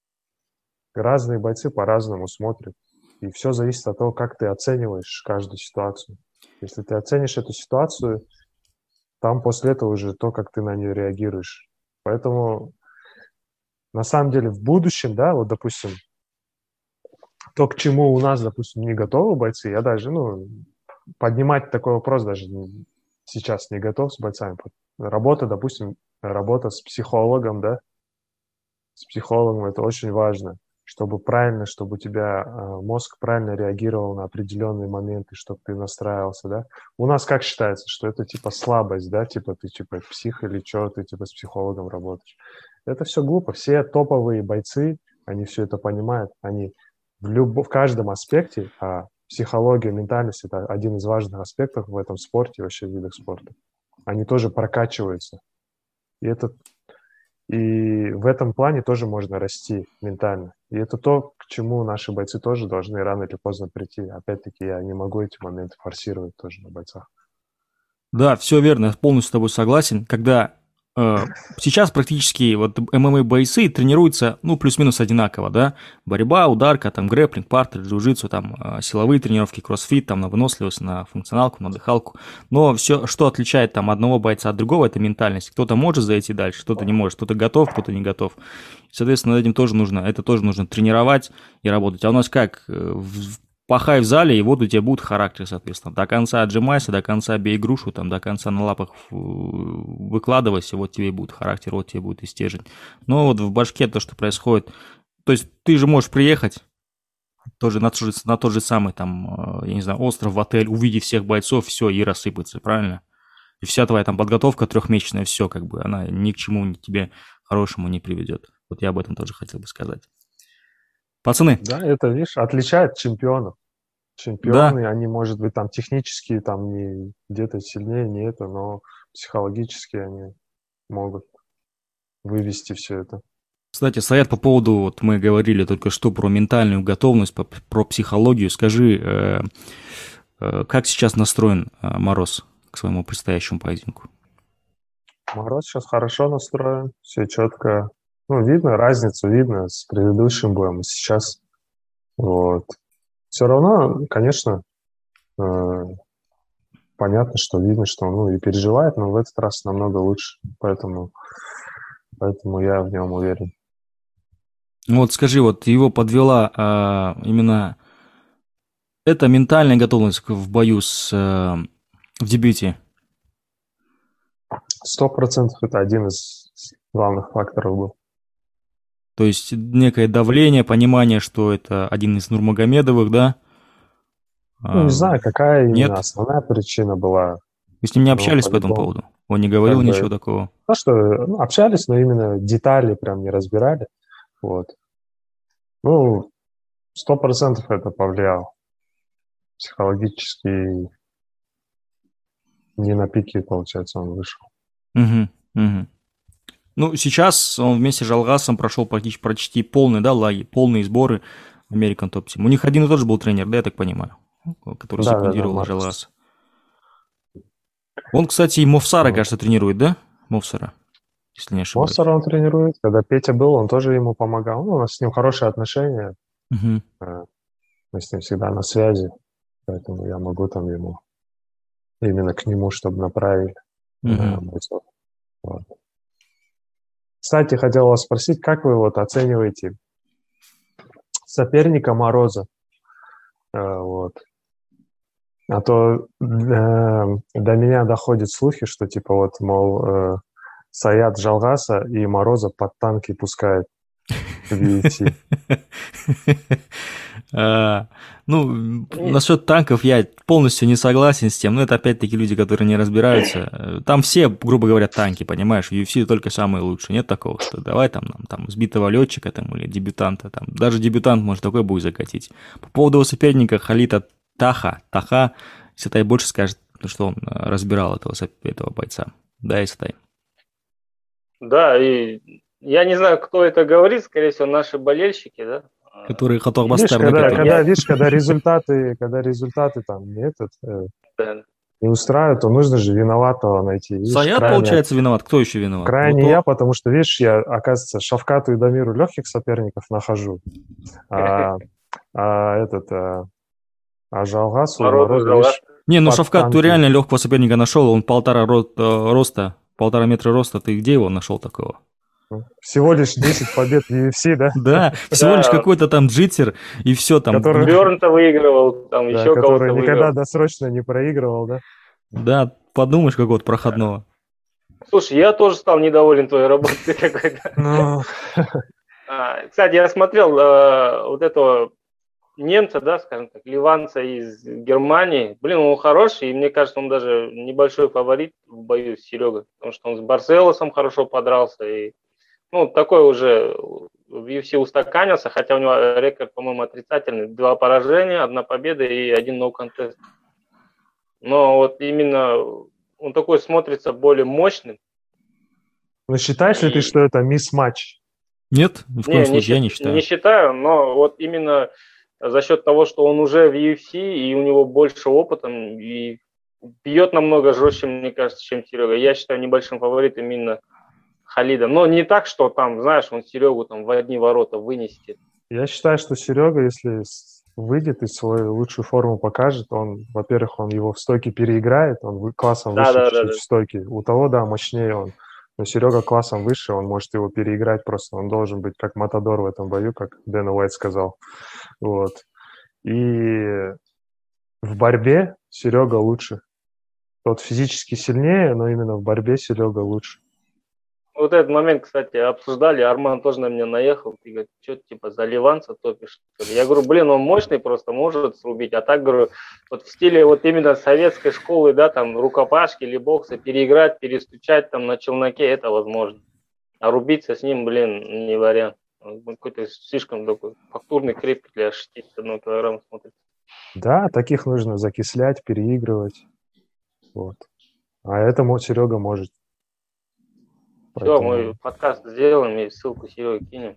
разные бойцы по-разному смотрят. И все зависит от того, как ты оцениваешь каждую ситуацию. Если ты оценишь эту ситуацию, там после этого уже то, как ты на нее реагируешь. Поэтому на самом деле в будущем, да, вот, допустим, то, к чему у нас, допустим, не готовы бойцы, я даже, ну, поднимать такой вопрос даже сейчас не готов с бойцами. Работа, допустим, работа с психологом, да, с психологом это очень важно, чтобы правильно, чтобы у тебя мозг правильно реагировал на определенные моменты, чтобы ты настраивался, да. У нас как считается, что это типа слабость, да, типа ты типа псих или что, ты типа с психологом работаешь. Это все глупо. Все топовые бойцы, они все это понимают, они в, люб... в каждом аспекте, а психология, ментальность – это один из важных аспектов в этом спорте, вообще в видах спорта. Они тоже прокачиваются. И, это... и в этом плане тоже можно расти ментально. И это то, к чему наши бойцы тоже должны рано или поздно прийти. Опять-таки, я не могу эти моменты форсировать тоже на бойцах. Да, все верно, я полностью с тобой согласен. Когда э, сейчас практически вот эм эм а-бойцы тренируются, ну, плюс-минус одинаково, да, борьба, ударка, там, грэпплинг, партер, джиу-джитсу, там, э, силовые тренировки, кроссфит, там, на выносливость, на функционалку, на дыхалку, но все, что отличает там одного бойца от другого, это ментальность. Кто-то может зайти дальше, кто-то не может, кто-то готов, кто-то не готов. Соответственно, над этим тоже нужно, это тоже нужно тренировать и работать. А у нас как, в пахай в зале, и вот у тебя будет характер, соответственно. До конца отжимайся, до конца бей грушу, там, до конца на лапах выкладывайся, вот тебе и будет характер, вот тебе будет и стержень. Но вот в башке то, что происходит, то есть ты же можешь приехать тоже на, тот же, на тот же самый, там, я не знаю, остров, в отель, увидев всех бойцов, все, и рассыпаться, правильно? И вся твоя там подготовка трехмесячная, все, как бы, она ни к чему ни тебе хорошему не приведет. Вот я об этом тоже хотел бы сказать. Пацаны. Да, это, видишь, отличает чемпионов. Чемпионы, да. Они, может быть, там технически там не где-то сильнее, не это, но психологически они могут вывести все это. Кстати, Саят, по поводу, вот мы говорили только что про ментальную готовность, про психологию. Скажи, э, э, как сейчас настроен э, Мороз к своему предстоящему поединку? Мороз сейчас хорошо настроен, все четко. Ну, видно разницу, видно с предыдущим боем и сейчас. Вот. Все равно, конечно, э, понятно, что видно, что он ну, и переживает, но в этот раз намного лучше. Поэтому, поэтому я в нем уверен. Вот скажи, вот его подвела а, именно эта ментальная готовность в бою с, а, в дебюте? Сто процентов это один из главных факторов был. То есть некое давление, понимание, что это один из Нурмагомедовых, да? Ну, не знаю, какая Нет? именно основная причина была. Вы с ним не общались по этому поводу? Он не говорил как ничего бы, такого? Ну, что ну, общались, но именно детали прям не разбирали. Вот. Ну, сто процентов это повлияло. Психологически не на пике, получается, он вышел. Угу, угу. Ну, сейчас он вместе с Жалгасом прошел почти, почти полный, да, лаги, полные сборы American Top Team. У них один и тот же был тренер, да, я так понимаю, который да, секундировал да, да, Жалгаса. Он, кстати, и Мовсара, вот. кажется, тренирует, да? Мовсара, если не ошибаюсь. Мовсара он тренирует. Когда Петя был, он тоже ему помогал. Ну, у нас с ним хорошие отношения. Угу. Мы с ним всегда на связи. Поэтому я могу там ему именно к нему, чтобы направили угу. бойцов. Вот. Кстати, хотел вас спросить, как вы вот оцениваете соперника Мороза? Вот. А то э, до меня доходят слухи, что типа вот, мол, э, Саят Жалгаса и Мороза под танки пускает в ю эф си. Ну, насчет танков я полностью не согласен с тем, но это опять-таки люди, которые не разбираются. Там все, грубо говоря, танки, понимаешь, в ю эф си только самые лучшие. Нет такого, что давай там, нам, там сбитого летчика там, или дебютанта. Там. Даже дебютант может такой бой закатить. По поводу его соперника Халита Таха, Таха, Сатай больше скажет, что он разбирал этого, этого бойца. Да, Сатай. Да, и я не знаю, кто это говорит, скорее всего, наши болельщики, да, Который Хатор Видишь, Бастар когда, накатывает. когда, видишь, когда результаты, когда результаты там не, этот, э, Да. не устраивают, то нужно же виноватого найти. Видишь, Саят, крайне, получается, виноват. Кто еще виноват? крайне Вот я, он- потому что, видишь, я, оказывается, Шавкату и Дамиру легких соперников нахожу. А, а этот, а, а Жалгасу, Морозу, Морозу, Жалгас. видишь, Не, ну под Шавкат, ты танки. реально легкого соперника нашел. Он полтора ро- э, роста, полтора метра роста. Ты где его нашел такого? Всего лишь десять побед в ю эф си, да? Да, всего лишь Да. какой-то там джиттер, и все там. Который- Бёрн-то выигрывал, там Да, еще который кого-то никогда выиграл. досрочно не проигрывал, да? Да, подумаешь, какого-то проходного. Слушай, я тоже стал недоволен твоей работой какой-то. Ну, А, Кстати, я смотрел э, вот этого немца, да, скажем так, ливанца из Германии. Блин, он хороший, и мне кажется, он даже небольшой фаворит в бою с Серегой, потому что он с Барселосом хорошо подрался, и, ну, такой уже в ю эф си устаканился, хотя у него рекорд, по-моему, отрицательный. Два поражения, одна победа и один no-contest. Но вот именно он такой смотрится более мощным. ну считаешь ли ты, И- что это мисс-матч? Нет, ни в коем Не, не, случае, я не счит- считаю. не считаю, но вот именно за счет того, что он уже в ю эф си, и у него больше опыта, и бьет намного жестче, мне кажется, чем Серега. Я считаю небольшим фаворитом именно Халида. Но не так, что там, знаешь, он Серегу там в одни ворота вынесет. Я считаю, что Серега, если с- выйдет и свою лучшую форму покажет, он, во-первых, он его в стойке переиграет, он вы- классом Да, выше да, да, чуть-чуть да. в стойке. У того, да, мощнее он. Но Серега классом выше, он может его переиграть просто. Он должен быть как Матадор в этом бою, как Дэн Уайт сказал. Вот. И в борьбе Серега лучше. Тот физически сильнее, но именно в борьбе Серега лучше. Вот этот момент, кстати, обсуждали, Арман тоже на меня наехал, и говорит, что ты типа за ливанца топишь, что ли? Я говорю, блин, он мощный просто, может срубить, а так, говорю, вот в стиле вот именно советской школы, да, там, рукопашки или бокса, переиграть, перестучать там на челноке, это возможно. А рубиться с ним, блин, не вариант. Он какой-то слишком такой фактурный, крепкий для шестидесяти одного килограмма смотрится. Да, таких нужно закислять, переигрывать. Вот. А этому Серега может. Все, Поэтому- мы подкаст сделаем и ссылку Сереге кинем.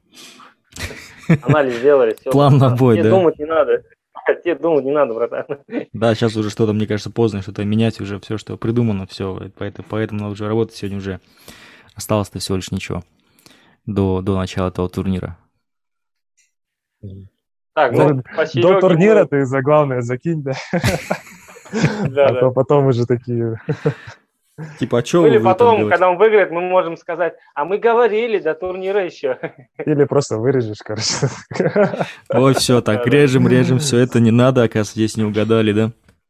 Анализ сделали, все. План на бой, Тебе да? думать не надо. Тебе думать не надо, братан. Да, сейчас уже что-то, мне кажется, поздно, что-то менять уже все, что придумано, все. Поэтому, поэтому надо уже работать. Сегодня уже осталось-то всего лишь ничего до, до начала этого турнира. Так, Ну, ну, по До Сереге турнира мы- ты за главное закинь, да? Да, А да. то потом уже такие... Типа, а что Ну вы или там потом, делаете? когда он выиграет, мы можем сказать, а мы говорили до турнира еще. Или просто вырежешь, короче. Ой, все, так, Да-да. режем, режем, все это не надо, оказывается, здесь не угадали, да?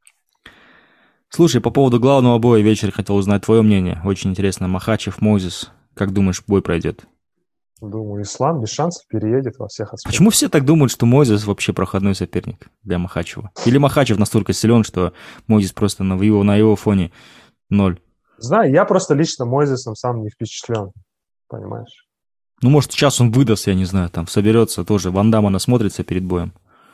Слушай, по поводу главного боя вечера хотел узнать твое мнение. Очень интересно. Махачев, Мозес. Как думаешь, бой пройдет? Думаю, Ислам без шансов переедет во всех аспектах. Почему все так думают, что Мозес вообще проходной соперник для Махачева? Или Махачев настолько силен, что Мозес просто на его, на его фоне ноль? Знаю, я просто лично Мойзесом сам не впечатлен. Понимаешь? Ну, может, сейчас он выдаст, я не знаю, там соберется тоже. Ван Дамма насмотрится перед боем.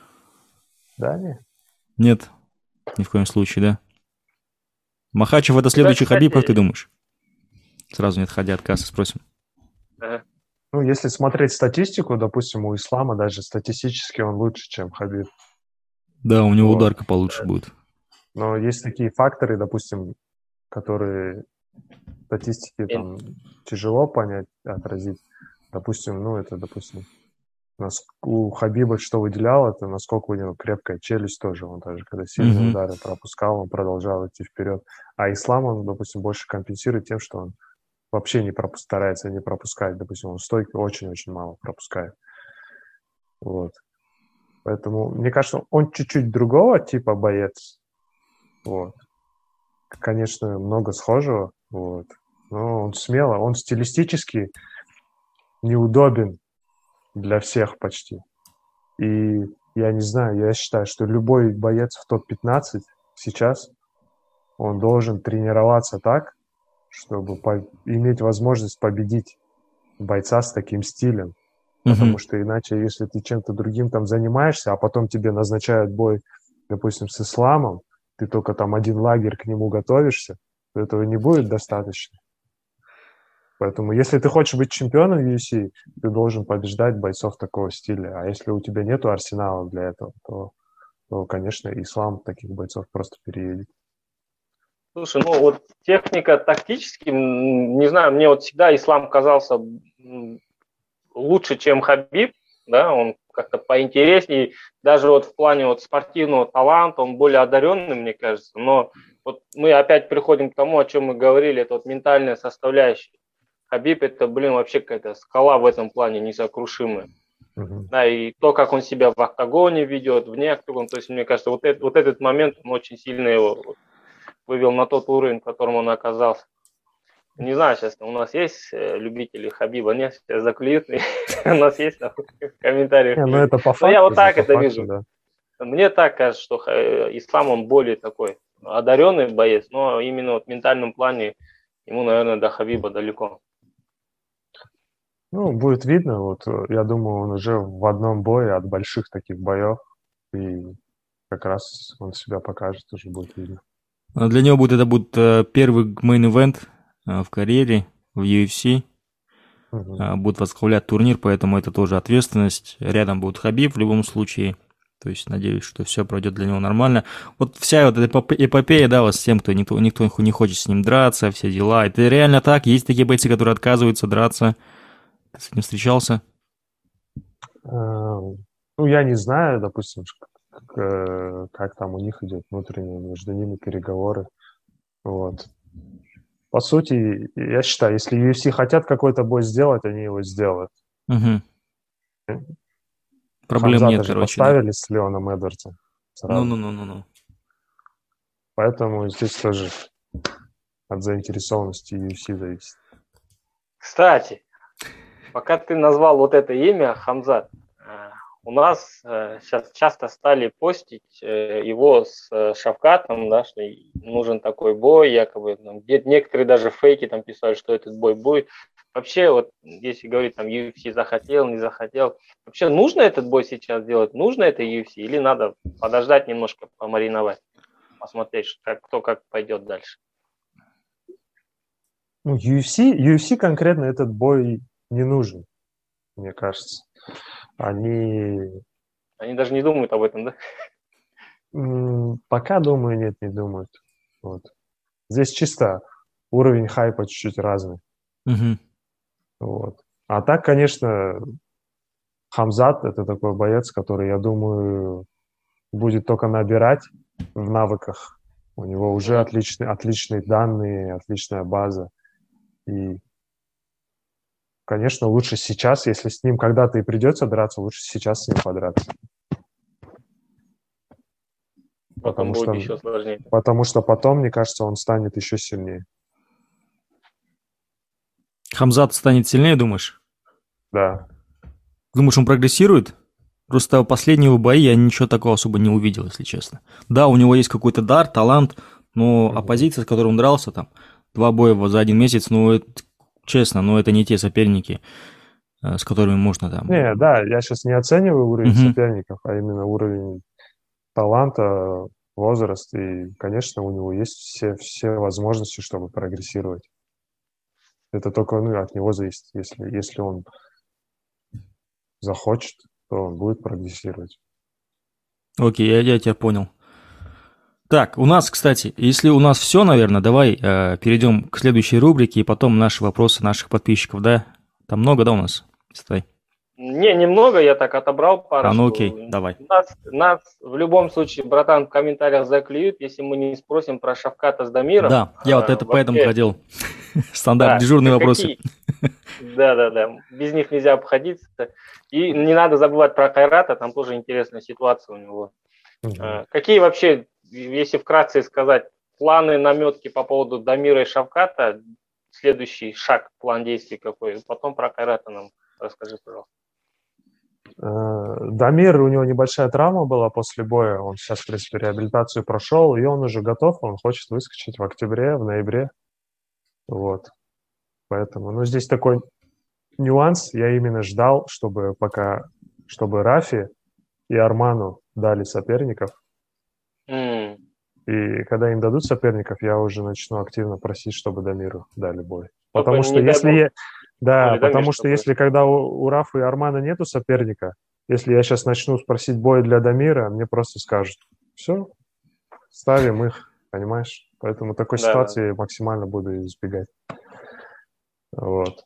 Да, не? Нет, ни в коем случае, да? Махачев это следующий кстати- Хабиб, как ты думаешь? Сразу не отходя от кассы спросим. Ага. Ну, если смотреть статистику, допустим, у Ислама даже статистически он лучше, чем Хабиб. Да, у него Вот. ударка получше будет. Но есть такие факторы, допустим, которые статистики там тяжело понять, отразить. Допустим, ну, это, допустим, нас- у Хабиба что выделял, это насколько у него крепкая челюсть тоже. Он даже, когда сильные Мгм. удары пропускал, он продолжал идти вперед. А Ислам, он, допустим, больше компенсирует тем, что он вообще не пропу- старается не пропускать. Допустим, он стойки очень-очень мало пропускает. Вот. Поэтому, мне кажется, он чуть-чуть другого типа боец. Вот. Конечно, много схожего. Вот. Но он смело, он стилистически неудобен для всех почти. И я не знаю, я считаю, что любой боец в топ пятнадцать сейчас, он должен тренироваться так, чтобы по- иметь возможность победить бойца с таким стилем. Потому Мгм. что иначе, если ты чем-то другим там занимаешься, а потом тебе назначают бой, допустим, с Исламом, ты только там один лагерь к нему готовишься, то этого не будет достаточно. Поэтому, если ты хочешь быть чемпионом ю эф си, ты должен побеждать бойцов такого стиля. А если у тебя нету арсенала для этого, то, то конечно, Ислам таких бойцов просто переедет. Слушай, ну вот техника тактически, не знаю, мне вот всегда Ислам казался лучше, чем Хабиб, да, он как-то поинтереснее, даже вот в плане вот спортивного таланта, он более одаренный, мне кажется, но вот мы опять приходим к тому, о чем мы говорили, это вот ментальная составляющая. Хабиб это, блин, вообще какая-то скала в этом плане несокрушимая. Uh-huh. Да, и то, как он себя в октагоне ведет, вне октагона, то есть, мне кажется, вот, это, вот этот момент, он очень сильно его вывел на тот уровень, в котором он оказался. Не знаю, сейчас у нас есть любители Хабиба, нет, сейчас заклюют, у нас есть в комментариях. Ну это по факту. Я вот так это вижу. Мне так кажется, что Ислам, он более такой одаренный боец, но именно вот в ментальном плане ему, наверное, до Хабиба далеко. Ну, будет видно. Вот я думаю, он уже в одном бое от больших таких боев, и как раз он себя покажет, уже будет видно. Для него будет это будет первый мейн-ивент в карьере в ю эф си. Uh-huh. Будет возглавлять турнир, поэтому это тоже ответственность. Рядом будет Хабиб в любом случае. То есть надеюсь, что все пройдет для него нормально. Вот вся вот эта эпопея, да, вот с тем, кто никто, никто не хочет с ним драться, все дела. Это реально так? Есть такие бойцы, которые отказываются драться? Ты с этим встречался? Ну, я не знаю, допустим, как, как там у них идет внутренние между ними переговоры. Вот. По сути, я считаю, если ю эф си хотят какой-то бой сделать, они его сделают. Угу. Проблем Хамзата нет, же короче. поставили Да. с Леоном Эдвардсом. Ну-ну-ну-ну. Поэтому здесь тоже от заинтересованности ю эф си зависит. Кстати, пока ты назвал вот это имя, Хамзат, у нас сейчас часто стали постить его с Шавкатом, да, что нужен такой бой, якобы, там, некоторые даже фейки там писали, что этот бой будет. Вообще, вот если говорить, там, ю эф си захотел, не захотел, вообще нужно этот бой сейчас делать, нужно это ю эф си, или надо подождать немножко, помариновать, посмотреть, как, кто как пойдет дальше? Ну, ю эф си, ю эф си конкретно этот бой не нужен, мне кажется. Они... Они даже не думают об этом, да? Пока, думаю, нет, не думают. Вот. Здесь чисто уровень хайпа чуть-чуть разный. Угу. Вот. А так, конечно, Хамзат – это такой боец, который, я думаю, будет только набирать в навыках. У него уже mm-hmm. отличные, отличные данные, отличная база. И, конечно, лучше сейчас, если с ним когда-то и придется драться, лучше сейчас с ним подраться. Потом потому будет что, еще сложнее. Потому что потом, мне кажется, он станет еще сильнее. Хамзат станет сильнее, думаешь? Да. Думаешь, он прогрессирует? Просто последние его бои я ничего такого особо не увидел, если честно. Да, у него есть какой-то дар, талант, но угу. оппозиция, с которой он дрался, там, два боя за один месяц, ну, это, честно, ну, это не те соперники, с которыми можно там... Не, да, я сейчас не оцениваю уровень угу. соперников, а именно уровень таланта, возраст, и, конечно, у него есть все, все возможности, чтобы прогрессировать. Это только ну, от него зависит. Если, если он захочет, то он будет прогрессировать. Окей, я, я тебя понял. Так, у нас, кстати, если у нас все, наверное, давай э, перейдем к следующей рубрике, и потом наши вопросы наших подписчиков, да? Там много, да, у нас? Стой. Не, немного, я так отобрал пару. А, ну окей, давай. Нас, нас в любом случае, братан, в комментариях заклюют, если мы не спросим про Шавката с Дамиром. Да, я вот это поэтому хотел. Стандарт, дежурные вопросы. Да-да-да, без них нельзя обходиться. И не надо забывать про Кайрата, там тоже интересная ситуация у него. Какие вообще, если вкратце сказать, планы, наметки по поводу Дамира и Шавката, следующий шаг, план действий какой? Потом про Кайрата нам расскажи, пожалуйста. Дамир, у него небольшая травма была после боя, он сейчас, в принципе, реабилитацию прошел, и он уже готов, он хочет выскочить в октябре, в ноябре, вот, поэтому, ну, здесь такой нюанс, я именно ждал, чтобы пока, чтобы Рафи и Арману дали соперников, mm. и когда им дадут соперников, я уже начну активно просить, чтобы Дамиру дали бой. Потому что не дай если... бог, я- Да, боли, да, потому между что собой. если когда у, у Рафа и Армана нету соперника, если я сейчас начну спросить бой для Дамира, мне просто скажут, все, ставим их, понимаешь? Поэтому такой Да, да. ситуации максимально буду избегать. Вот.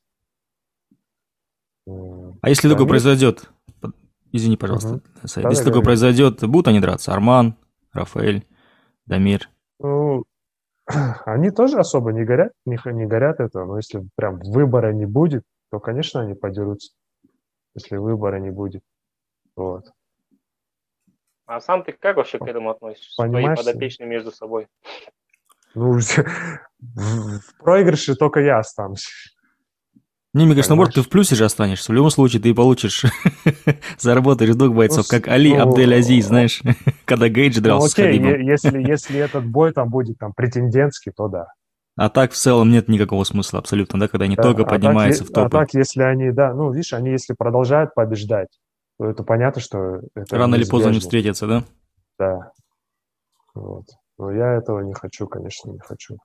М, А если такое Дамир? произойдет, под- извини, пожалуйста, Мгм. Саид, Да-да, если такое говори. произойдет, будут они драться? Арман, Рафаэль, Дамир. Ну, они тоже особо не горят, не, х- не горят этого, но если прям выбора не будет, то, конечно, они подерутся, если выбора не будет. Вот. А сам ты как вообще к этому относишься? Твои Понимаешь? подопечные между собой. Ну, в в проигрыше только я останусь. Не, мне кажется, наоборот, ты Понимаешь? в плюсе же останешься. В любом случае, ты получишь, заработаешь двух Ну, бойцов, с- как Али Абдель Азиз, ну, знаешь, когда Гейдж ну, дрался с окей, Хабибом. е- если, если этот бой там будет там претендентский, то да. А так в целом нет никакого смысла абсолютно, да, когда они Да, только а так, е- поднимаются в а топы. так, если они, да, ну, видишь, они если продолжают побеждать, то это понятно, что это Рано или поздно они неизбежно. встретятся, да? Да, вот. Но я этого не хочу, конечно, не хочу.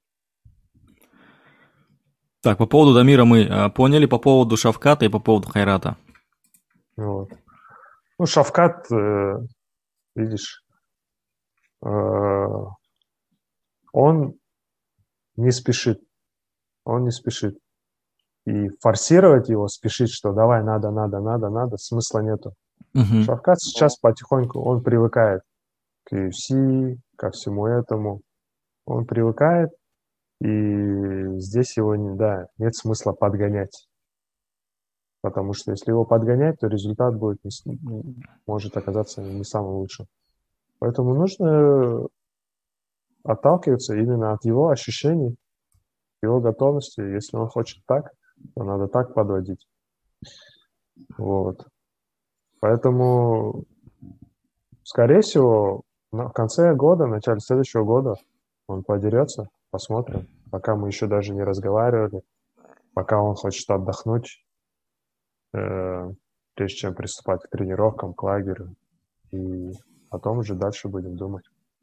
Так, по поводу Дамира мы э, поняли, по поводу Шавката и по поводу Хайрата. Вот. Ну, Шавкат, э, видишь, э, он не спешит, он не спешит. И форсировать его, спешить, что давай, надо, надо, надо, надо, смысла нету. Мгм. Шавкат сейчас потихоньку, он привыкает к ю эф си, ко всему этому. Он привыкает, и здесь его, не, да, нет смысла подгонять. Потому что если его подгонять, то результат будет не с- может оказаться не самым лучшим. Поэтому нужно отталкиваться именно от его ощущений, его готовности. Если он хочет так, то надо так подводить. Вот. Поэтому, скорее всего, на- в конце года, в начале следующего года он подерется, посмотрим. Пока мы еще даже не разговаривали, пока он хочет отдохнуть, э, прежде чем приступать к тренировкам, к лагерю. И потом уже дальше будем думать.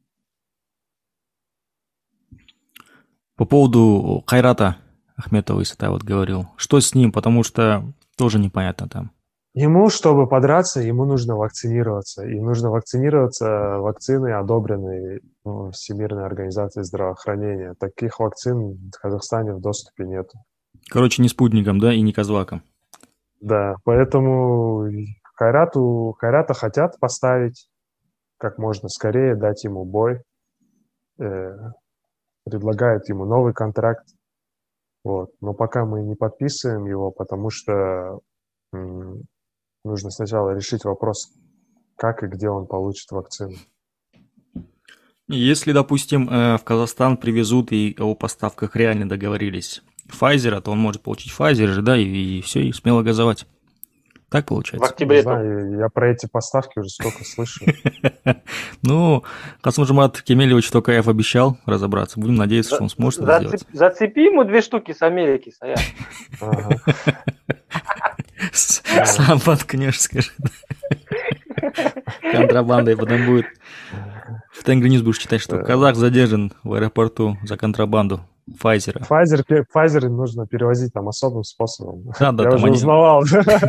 По поводу Хайрата Ахметова Исатай вот говорил. Что с ним? Потому что тоже непонятно там. Ему, чтобы подраться, ему нужно вакцинироваться. И нужно вакцинироваться вакциной, одобренной ну, Всемирной организацией здравоохранения. Таких вакцин в Казахстане в доступе нет. Короче, не спутником, да, и не Козваком. Да, поэтому Хайрату, Хайрата хотят поставить как можно скорее, дать ему бой. Э, предлагают ему новый контракт. Вот. Но пока мы не подписываем его, потому что м, нужно сначала решить вопрос, как и где он получит вакцину. Если, допустим, э, в Казахстан привезут и о поставках реально договорились Pfizer, то он может получить Pfizer же, да, и, и все, и смело газовать. Так В получается? Не октябре только. знаю, я про эти поставки уже столько слышу. Ну, Касымжамат Кемелевич только F обещал разобраться. Будем надеяться, что он сможет это Зацеп- сделать. Зацепи ему две штуки с Америки, Саят. Ага. С- Сам воткнешь, скажи. Контрабандой потом будет. В Тенгри Ньюс будешь читать, что казах задержан в аэропорту за контрабанду Pfizer. Pfizer, пе- Pfizer нужно перевозить там особым способом. Да, да, Я там уже они- узнавал.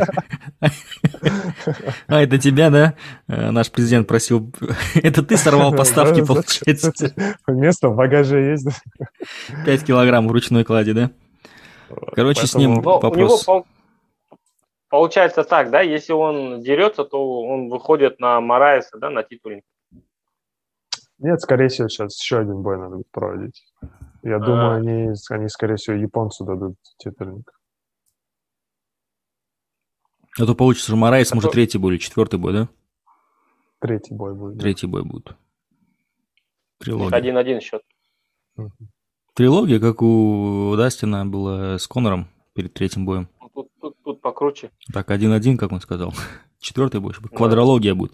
А, это тебя, да? Э, Наш президент просил... Это ты сорвал поставки, Да, получается? зачем? Место в багаже есть. да? пять килограмм в ручной кладе, да? Короче, с ним Поэтому- Но у него вопрос. пол- получается так, да, если он дерется, то он выходит на Мараеса, да, на титульник. Нет, скорее всего, сейчас еще один бой надо будет проводить. Я А. думаю, они, они, скорее всего, японцу дадут титульник. А то получится, что Морайс А может то- третий бой или четвертый бой, да? Третий бой будет. да. Третий бой будет. Трилогия. Один-один счет. Мгм. Трилогия, как у Дастина было с Конором перед третьим боем. Ну, Тут, тут, тут покруче. Так, один-один, как он сказал. Четвертый бой еще будет. Да. Квадрология будет.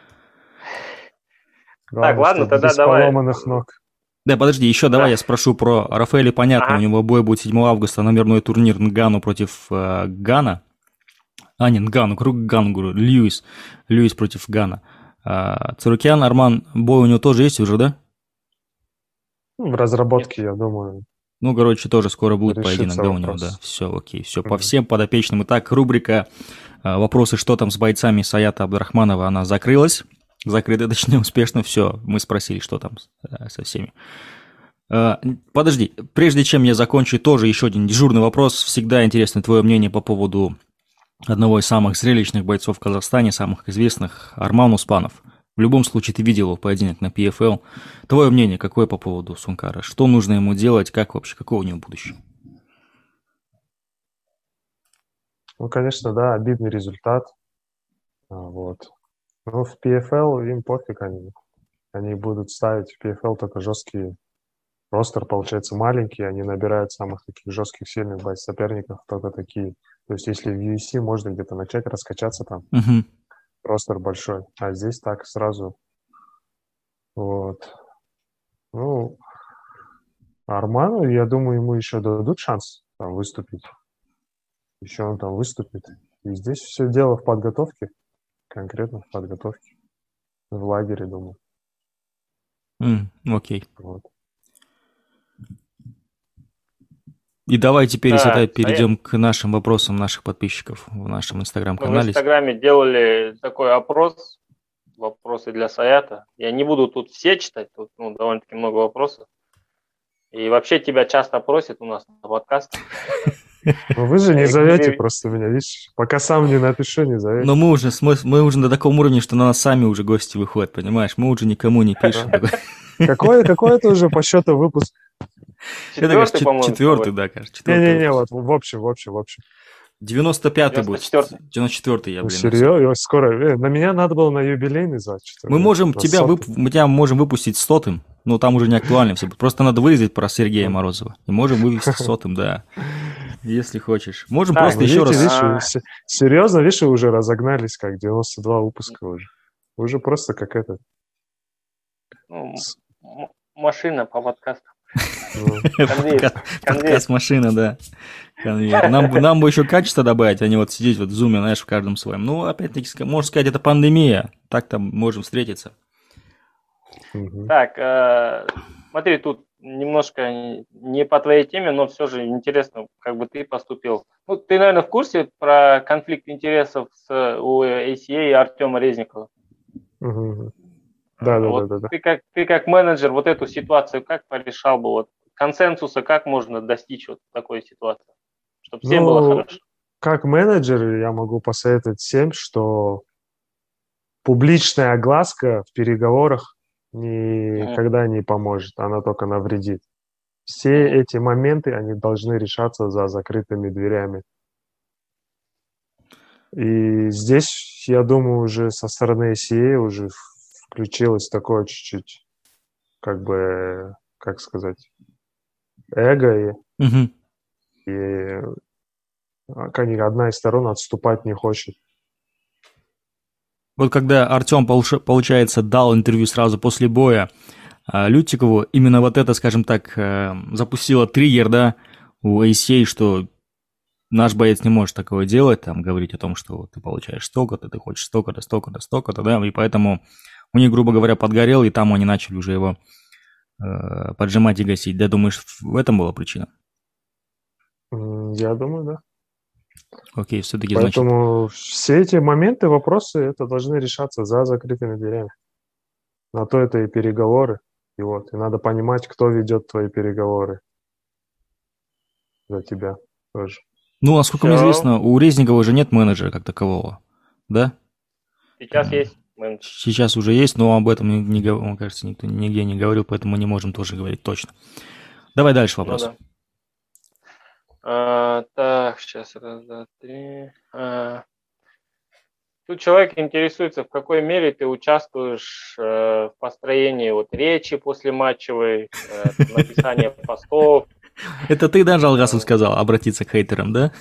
Главное, ладно, чтоб тогда без давай. поломанных ног. Да, подожди, еще давай Да. я спрошу про Рафаэля. Понятно, Ага. у него бой будет седьмого августа, номерной турнир Нгану против э, Гана. А, нет, Нгану, круг Гану, говорю, Льюис. Льюис против Гана. А, Царукян, Арман, бой у него тоже есть уже, да? Ну, в разработке, я думаю. Ну, короче, тоже скоро будет решится поединок, да, у него, вопрос. да. Все, окей, все. По Мгм. всем подопечным. Итак, рубрика э, «Вопросы, что там с бойцами Саята Абдрахманова», она закрылась. Закрыта, точнее, успешно. Все, мы спросили, что там с- э, со всеми. Э, Подожди, прежде чем я закончу, тоже еще один дежурный вопрос. Всегда интересно твое мнение по поводу одного из самых зрелищных бойцов в Казахстане, самых известных, Арман Успанов. В любом случае, ты видел его поединок на пи эф эл. Твое мнение какое по поводу Сункара? Что нужно ему делать? Как вообще? Какое у него будущее? Ну, конечно, да, обидный результат. А, Вот. Но в пи эф эл им пофиг, они, они будут ставить в пи эф эл только жесткие. Ростер получается маленький, они набирают самых таких жестких, сильных бойцов соперников, только такие. То есть если в ю эф си можно где-то начать раскачаться там, Мгм. ростер большой, а здесь так сразу. Вот. Ну, Арману, я думаю, ему еще дадут шанс там выступить. Еще он там выступит. И здесь все дело в подготовке, конкретно в подготовке. В лагере, думаю. М, окей. Вот. И давай теперь, если Так, так, перейдем к нашим вопросам наших подписчиков в нашем мы в инстаграм-канале. Инстаграме делали такой опрос, вопросы для Саята. Я не буду тут все читать, тут ну, довольно-таки много вопросов. И вообще тебя часто просят у нас на подкаст. Ну вы же не Э, зовете где- просто меня, видишь? Пока сам не напишу, не зовете. Но мы уже, смы- мы уже на таком уровне, что на нас сами уже гости выходят, понимаешь? Мы уже никому не пишем. Какой, какой это уже по счету выпуск? Это, кажется, Четвертый, по-моему, с четвертый, тобой. да, кажется, четвертый Не-не-не, выпуск. вот в общем, в общем, в общем. девяносто пятый будет. девяносто четвёртый. девяносто четвёртый я, Ну, блин. серьезно, скоро. Э, на меня надо было на юбилейный звать. что-то, Мы да, можем на тебя, вып... сотый. мы тебя можем выпустить сотым, но там уже не актуально все будет. Просто надо вырезать про Сергея Морозова. И можем вывести сотым, да. Если хочешь. Можем Так, просто Ну, еще видите, раз... видишь, А. се- серьезно, видишь, вы уже разогнались, как девяносто два выпуска уже. Уже просто как это. Ну, м- машина по подкасту. Ну, Конвейер. Подка- Конвейер. Подкаст-машина, да. Конвейер. Нам, бы- нам бы еще качество добавить, а не вот сидеть вот в зуме, знаешь, в каждом своем. Ну, опять-таки, ска- можно сказать, это пандемия. Так там можем встретиться. мгм. Так, э, смотри, тут немножко не по твоей теме, но все же интересно, как бы ты поступил. Ну, ты, наверное, в курсе про конфликт интересов с, у эй си эй и Артема Резникова? Мгм, мгм. Да, да, Вот да, да, да. Ты, как, ты как менеджер вот эту ситуацию как порешал бы? Вот консенсуса как можно достичь вот такой ситуации? Чтобы всем было Ну, хорошо. как менеджер я могу посоветовать всем, что публичная огласка в переговорах никогда не поможет, она только навредит. Все Мгм. эти моменты, они должны решаться за закрытыми дверями. И здесь, я думаю, уже со стороны эй си эй уже в- включилось такое чуть-чуть, как бы, как сказать, эго, и, Мгм. и а, как ни одна из сторон отступать не хочет. Вот когда Артем, получается, дал интервью сразу после боя а, Лютикову, именно вот это, скажем так, э, запустило триггер, да, у эй си эй, что наш боец не может такого делать, там, говорить о том, что вот ты получаешь столько-то, ты хочешь столько-то, столько-то, столько-то, да, и поэтому у них, грубо говоря, подгорел, и там они начали уже его э, поджимать и гасить. Да, думаешь, в этом была причина? М, Я думаю, да. Окей, все-таки, значит, Поэтому все эти моменты, вопросы, это должны решаться за закрытыми дверями. На то это и переговоры. И вот, и надо понимать, кто ведет твои переговоры за тебя тоже. ну, насколько мне Всё. известно, у Резникова уже нет менеджера как такового, да? Сейчас Э, есть менеджер. Сейчас уже есть, но об этом, не, не гов- мне кажется, никто нигде не говорил, поэтому мы не можем тоже говорить точно. Давай дальше Ну вопрос. да. А, так, сейчас раз, два, три. А, тут человек интересуется, в какой мере ты участвуешь э, в построении вот речи после матчевой, э, написание постов. Это ты, да, Жалгасов, сказал обратиться к хейтерам, да?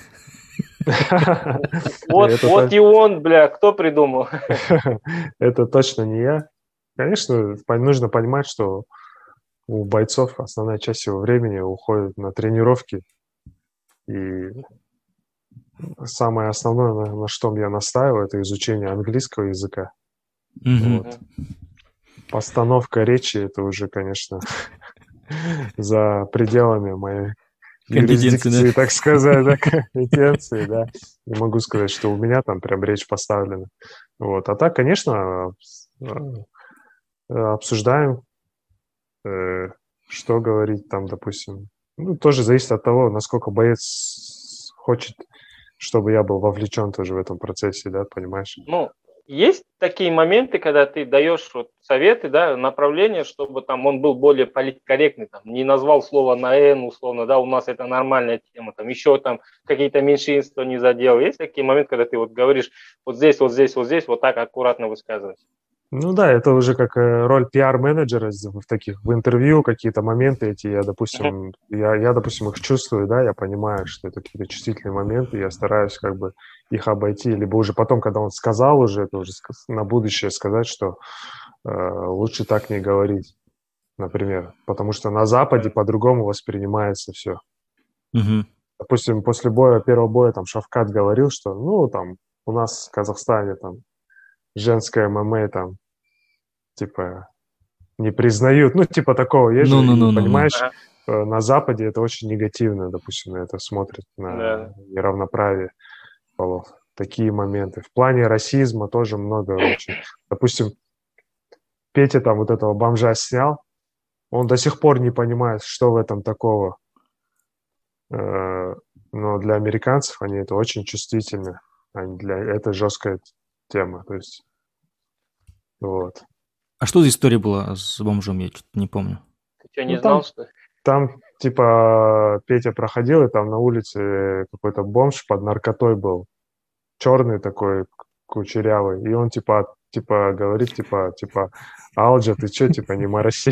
Вот, Это вот то- и он, бля, кто придумал? Это точно не я. Конечно, по- нужно понимать, что у бойцов основная часть его времени уходит на тренировки. И самое основное, на, на что я настаиваю, это изучение английского языка. Мгм. Вот. Постановка речи, это уже, конечно, за пределами моей Компетенции, юрисдикции, да? так сказать, да, компетенции, да. Не могу сказать, что у меня там прям речь поставлена. Вот. А так, конечно, э, э, обсуждаем, э, что говорить там, допустим. Ну, тоже зависит от того, насколько боец хочет, чтобы я был вовлечен тоже в этом процессе, да, понимаешь? Ну, есть такие моменты, когда ты даешь вот советы, да, направления, чтобы там он был более политкорректный, там, не назвал слово на «н», условно, да, у нас это нормальная тема, там, еще там какие-то меньшинства не задел. Есть такие моменты, когда ты вот говоришь, вот здесь, вот здесь, вот здесь, вот так аккуратно высказывайся. Ну да, это уже как э, роль пиар-менеджера з- в таких, в интервью какие-то моменты эти, я, Мгм. допустим, я, я, допустим, их чувствую, да, я понимаю, что это какие-то чувствительные моменты, я стараюсь как бы их обойти, либо уже потом, когда он сказал уже, это уже ска- на будущее сказать, что э, лучше так не говорить, например, потому что на Западе Да. по-другому воспринимается все. Мгм. Допустим, после боя, первого боя, там, Шавкат говорил, что, ну, там, у нас в Казахстане, там, женское ММА, там, типа, не признают, ну, типа такого есть же, и, Ну-ну-ну-ну-ну. понимаешь, Ага. э, на Западе это очень негативно, допустим, на это смотрят, на Да. неравноправие полов. Такие моменты. В плане расизма тоже много очень. Допустим, Петя там вот этого бомжа снял, он до сих пор не понимает, что в этом такого. Э, Но для американцев они это очень чувствительны. Они для... Это жесткая тема. То есть, вот. А что за история была с бомжом? Я что-то не помню. Ты что, Ну, не там знал, что ли? Там, типа, Петя проходил, и там на улице какой-то бомж под наркотой был. Черный такой, кучерявый. И он, типа, типа говорит, типа, типа, Алджа, ты че, типа, не мороси?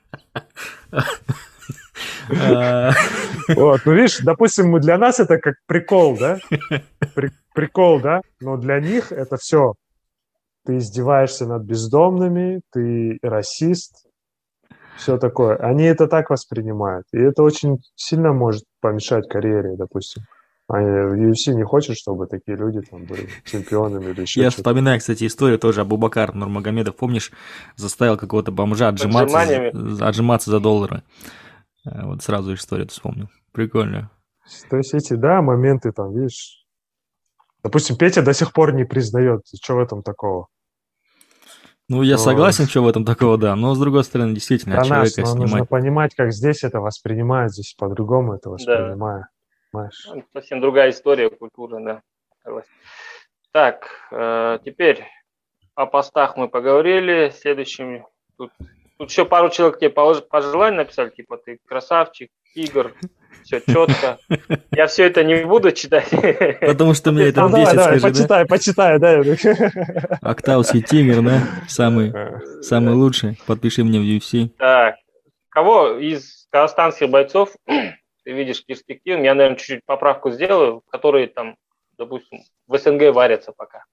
А, Вот, ну, видишь, допустим, мы- для нас это как прикол, да? При- Прикол, да? Но для них это все. Ты издеваешься над бездомными, ты расист, все такое. Они это так воспринимают. И это очень сильно может помешать карьере, допустим. А в ю эф си не хочет, чтобы такие люди там были чемпионами или еще Я что-то. вспоминаю, кстати, историю тоже. Абубакар Нурмагомедов, помнишь, заставил какого-то бомжа С отжиматься, за- отжиманиями. отжиматься за доллары. А, Вот сразу историю вспомнил. Прикольно. То есть эти, да, моменты там, видишь. Допустим, Петя до сих пор не признает. Что в этом такого? Ну, я Но согласен, что в этом такого, да. Но, с другой стороны, действительно, от для нас, человека но нужно снимать. понимать, как здесь это воспринимают, здесь по-другому это Да. воспринимают. Понимаешь? Ну, совсем другая история, культура, да. Согласен. Так, э, теперь о постах мы поговорили. Следующим тут, тут еще пару человек тебе полож- пожеланий написали, типа ты красавчик, тигр, все четко. Я все это не буду читать. Потому что Вот мне ты это Ну в сам давай, десять давай, скажи, да? почитай, почитай, да. Октавский тигр, да? Самый, Э, самый лучший. Подпиши мне в ю эф си. Так, кого из казахстанских бойцов ты видишь перспективным? Я, наверное, чуть-чуть поправку сделаю, которые там, допустим, в СНГ варятся пока.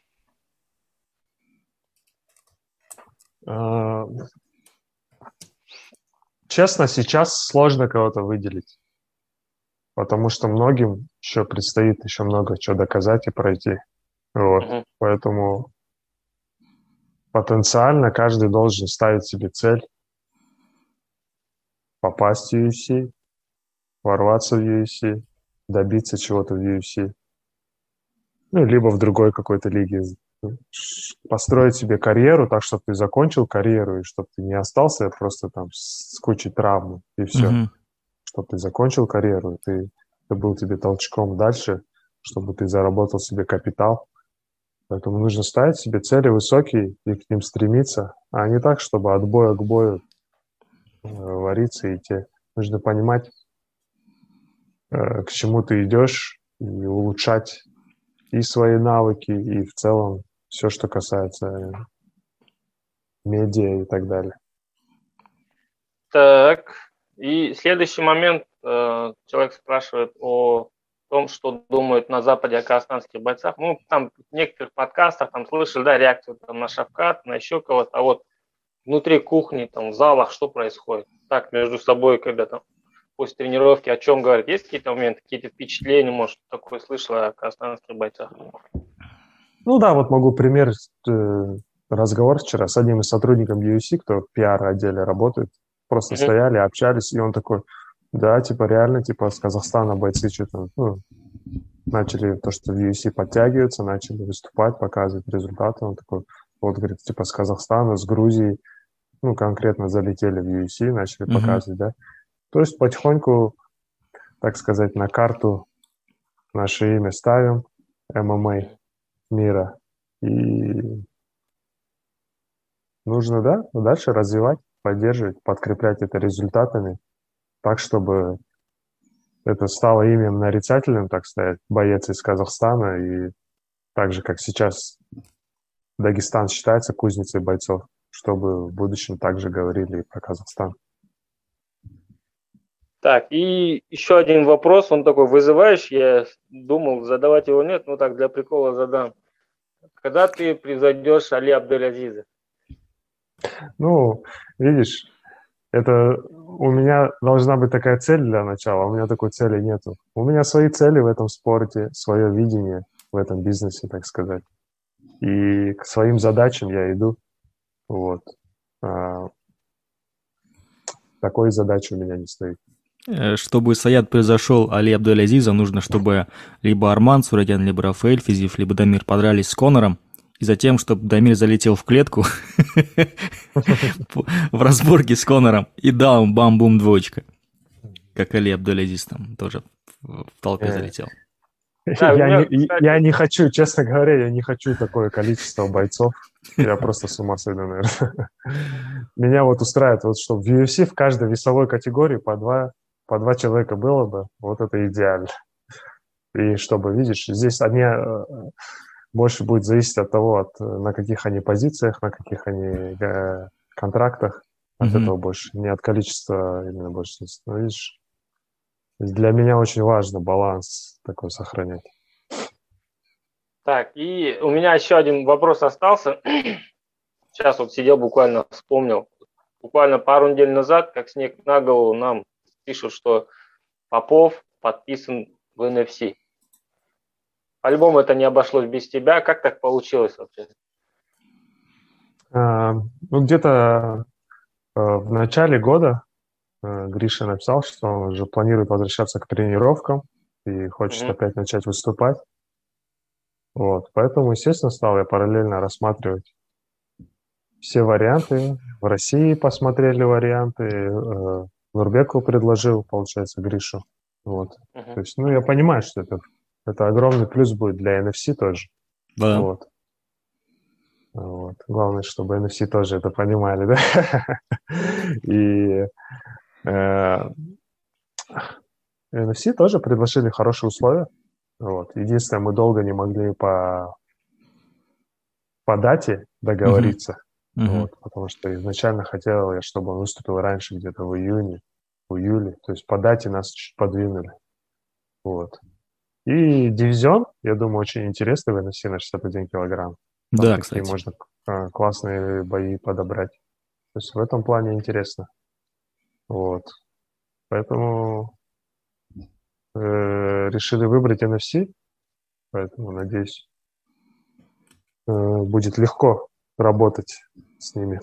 а, Честно, сейчас сложно кого-то выделить, потому что многим еще предстоит еще много чего доказать и пройти. Вот. Мгм. Поэтому потенциально каждый должен ставить себе цель попасть в ю эф си, ворваться в ю эф си, добиться чего-то в ю эф си, ну, либо в другой какой-то лиге. Построить себе карьеру так, чтобы ты закончил карьеру, и чтобы ты не остался просто там с кучей травм, и все. Мгм. Чтобы ты закончил карьеру, и ты, это был тебе толчком дальше, чтобы ты заработал себе капитал. Поэтому нужно ставить себе цели высокие и к ним стремиться, а не так, чтобы от боя к бою э, вариться и идти. Нужно понимать, э, к чему ты идешь, и улучшать и свои навыки, и в целом все, что касается э, медиа и так далее. Так, и следующий момент. э, Человек спрашивает о том, что думают на Западе о казахстанских бойцах. Ну, там в некоторых подкастах там слышали, да, реакцию там, на Шавкат, на еще кого-то. А вот внутри кухни, там, в залах, что происходит? Так, между собой, когда там после тренировки о чем говорят? Есть какие-то моменты, какие-то впечатления, может, такое слышала о казахстанских бойцах? Ну да, вот могу пример, э, разговор вчера с одним из сотрудников ю эф си, кто в пиар-отделе работает. Просто Мгм. стояли, общались, и он такой, да, типа реально, типа с Казахстана бойцы что-то, ну, начали то, что в ю эф си подтягиваются, начали выступать, показывать результаты. Он такой, вот, говорит, типа с Казахстана, с Грузии, ну, конкретно залетели в ю эф си, начали Мгм. показывать, да. То есть потихоньку, так сказать, на карту наше имя ставим, эм эм а мира. И нужно, да, дальше развивать, поддерживать, подкреплять это результатами, так, чтобы это стало именем нарицательным, так сказать, боец из Казахстана, и так же, как сейчас Дагестан считается кузницей бойцов, чтобы в будущем также говорили и про Казахстан. Так, и еще один вопрос, он такой вызывающий, я думал, задавать его нет, но так для прикола задам. Когда ты превзойдешь Али Абделязиза? Ну, видишь, это у меня должна быть такая цель для начала, а у меня такой цели нету. У меня свои цели в этом спорте, свое видение в этом бизнесе, так сказать. И к своим задачам я иду. Вот. А, такой задачи у меня не стоит. Э, Чтобы Саят превзошел Али Абдулязиза, нужно, чтобы либо Арман Сурадян, либо Рафаэль Физив, либо Дамир подрались с Конором, и затем, чтобы Дамир залетел в клетку в разборке с Конором и дал ему бам-бум двоечка. Как Али Абдулязиз там тоже в толпе Э, залетел. Да, у Я меня, не, и- кстати, я не хочу, честно говоря, я не хочу такое количество бойцов. Я просто с ума сойду, наверное. Меня вот устраивает, вот чтобы в ю эф си в каждой весовой категории по два, по два человека было бы, вот это идеально. И чтобы, видишь, здесь они э, больше будет зависеть от того, от, э, на каких они позициях, на каких они э, контрактах, от Мгм. этого больше, не от количества именно больше. Но видишь, для меня очень важно баланс такой сохранять. так, и у меня еще один вопрос остался. Сейчас вот сидел, буквально вспомнил. Буквально пару недель назад, как снег на голову, нам пишут, что Попов подписан в эн эф си. По-любому это не обошлось без тебя. Как так получилось вообще? А, ну, где-то э, в начале года э, Гриша написал, что он уже планирует возвращаться к тренировкам и хочет Мгм. опять начать выступать. Вот, поэтому, естественно, стал я параллельно рассматривать все варианты. В России посмотрели варианты. э, Нурбеку предложил, получается, Гришу. Вот. Мгм. То есть, ну, я понимаю, что это, это огромный плюс будет для эн эф си тоже. Да. Вот. Вот. Главное, чтобы эн эф си тоже это понимали, да? И э, эн эф си тоже предложили хорошие условия. Вот. Единственное, мы долго не могли по, по дате договориться. Мгм. Вот, потому что изначально хотел я, чтобы он выступил раньше, где-то в июне, в июле. То есть по дате нас чуть подвинули. Вот. И дивизион, я думаю, очень интересный в эн эф си на шестьдесят один килограмм. Там Да, такие кстати. можно а, классные бои подобрать. То есть в этом плане интересно. Вот. Поэтому э, решили выбрать эн эф си. Поэтому, надеюсь, э, будет легко работать с ними.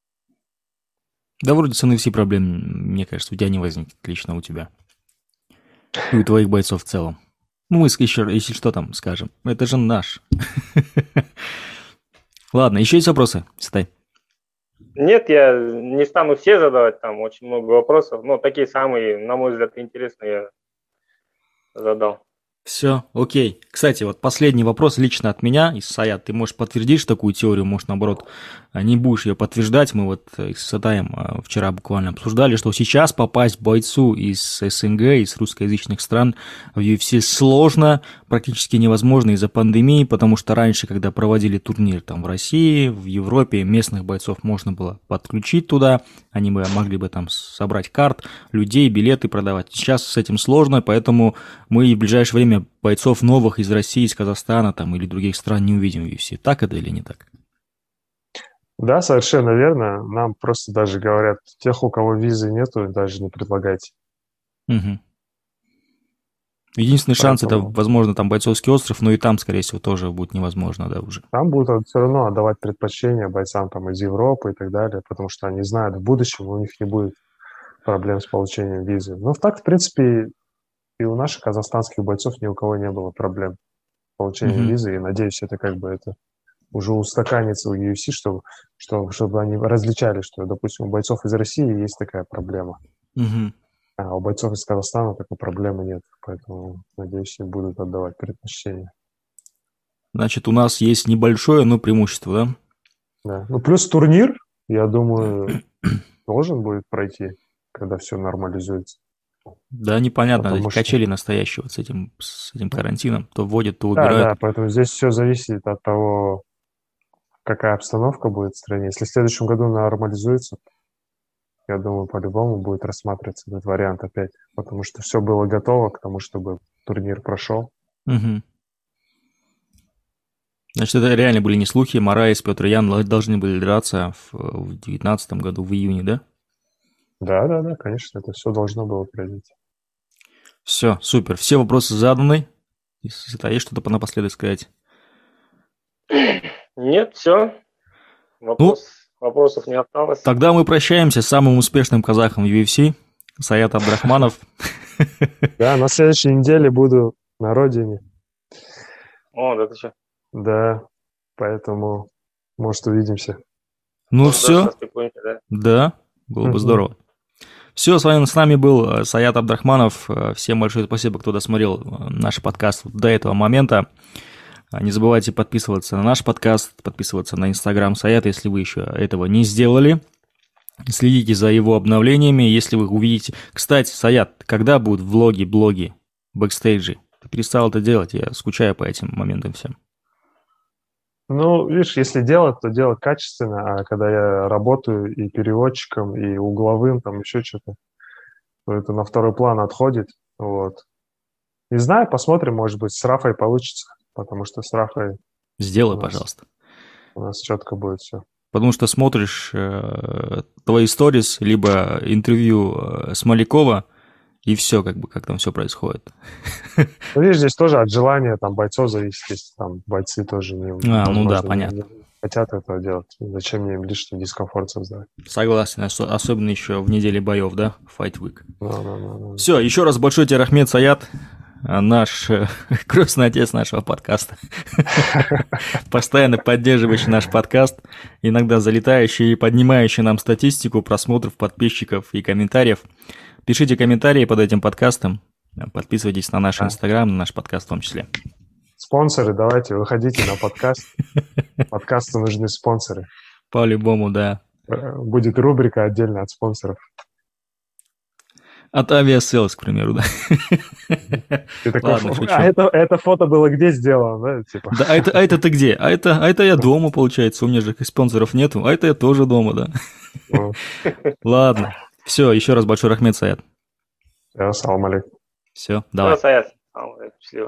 Да вроде с эн эф си проблем, мне кажется, у тебя не возникнет, лично у тебя. И у твоих бойцов в целом. Ну, мы еще, если что там скажем. Это же наш. Ладно, еще есть вопросы? Стай. Нет, я не стану все задавать, там очень много вопросов, но такие самые, на мой взгляд, интересные я задал. Все, окей. Кстати, вот последний вопрос лично от меня. И, Саят, ты можешь подтвердить такую теорию, может, наоборот, не будешь ее подтверждать. Мы вот с Сатаем вчера буквально обсуждали, что сейчас попасть бойцу из эс эн гэ, из русскоязычных стран в ю эф си сложно, практически невозможно из-за пандемии, потому что раньше, когда проводили турнир там в России, в Европе, местных бойцов можно было подключить туда, они бы могли бы там собрать карт, людей, билеты продавать. Сейчас с этим сложно, поэтому мы и в ближайшее время бойцов новых из России, из Казахстана там, или других стран не увидим в ю эф си. Так это или не так? Да, совершенно верно. Нам просто даже говорят, тех, у кого визы нету, даже не предлагайте. Угу. Единственный шанс это, Поэтому возможно, там бойцовский остров, но и там, скорее всего, тоже будет невозможно, да, уже. там будут все равно отдавать предпочтение бойцам там из Европы и так далее, потому что они знают, в будущем у них не будет проблем с получением визы. Ну, так, в принципе, и у наших казахстанских бойцов ни у кого не было проблем с получением Мгм. визы, и, надеюсь, это как бы это уже устаканится у ю эф си, чтобы, что, чтобы они различали, что, допустим, у бойцов из России есть такая проблема, Мгм. а у бойцов из Казахстана такой проблемы нет. Поэтому, надеюсь, им будут отдавать предпочтение. Значит, у нас есть небольшое, но преимущество, да? Да. Ну, плюс турнир, я думаю, должен будет пройти, когда все нормализуется. Да, непонятно, Потому эти что... качели настоящие вот с этим, с этим карантином. То вводят, то Да, убирают. да, поэтому здесь все зависит от того, какая обстановка будет в стране. Если в следующем году нормализуется, я думаю, по-любому будет рассматриваться этот вариант опять, потому что все было готово к тому, чтобы турнир прошел. Мгм. Значит, это реально были не слухи. Мораес, Петр Ян должны были драться в девятнадцатом году, в июне, да? Да, да, да, конечно, это все должно было произойти. Все, супер. Все вопросы заданы. Если это есть что-то напоследок сказать. Нет, все. Вопрос, вопросов не осталось. Тогда мы прощаемся с самым успешным казахом в ю эф си, Саят Абдрахманов. Да, на следующей неделе буду на родине. О, да ты что? Да, поэтому, может, увидимся. Ну Может, даже все, состыкуемся, да? да, было бы Мгм. здорово. Все, с вами с нами был э, Саят Абдрахманов. Э, Всем большое спасибо, кто досмотрел э, наш подкаст вот до этого момента. А Не забывайте подписываться на наш подкаст, подписываться на Инстаграм Саята, если вы еще этого не сделали. Следите за его обновлениями, если вы увидите... Кстати, Саят, когда будут влоги, блоги, бэкстейджи? Ты перестал это делать, я скучаю по этим моментам всем. Ну, видишь, если делать, то делать качественно, а когда я работаю и переводчиком, и угловым, там еще что-то, то это на второй план отходит, вот. Не знаю, посмотрим, может быть, с Рафой получится, потому что с Рафой Сделай, у нас, пожалуйста. у нас четко будет все. Потому что смотришь э, твои сторис, либо интервью э, Смолякова, и все, как бы, как там все происходит. Ну, видишь, здесь тоже от желания там бойцов зависит, если там бойцы тоже не, А, ну да, возможно, понятно. не хотят этого делать. Зачем мне им лишний дискомфорт создавать? Согласен, ос- особенно еще в неделе боев, да, Fight Week. Ну, ну, ну, ну. Все, еще раз большой тебе рахмет, Саят, наш э, крестный отец нашего подкаста. Постоянно поддерживающий наш подкаст, иногда залетающий и поднимающий нам статистику просмотров, подписчиков и комментариев. Пишите комментарии под этим подкастом, подписывайтесь на наш Да. Инстаграм, на наш подкаст в том числе. Спонсоры, давайте, выходите на подкаст. Подкасту нужны спонсоры. По-любому, да. Э, Будет рубрика отдельно от спонсоров. От авиаселс, к примеру, да. Ты такой, Ладно, шучу. а это, это фото было где сделано, да? Типа. Да, а это, а это ты где? А это, а это я дома, получается, у меня же спонсоров нету, а это я тоже дома, да. Ну, Ладно, все, еще раз большой рахмет, Саят. Ассаламу алейкум. Все, давай. Все, Саяс. Счастливо.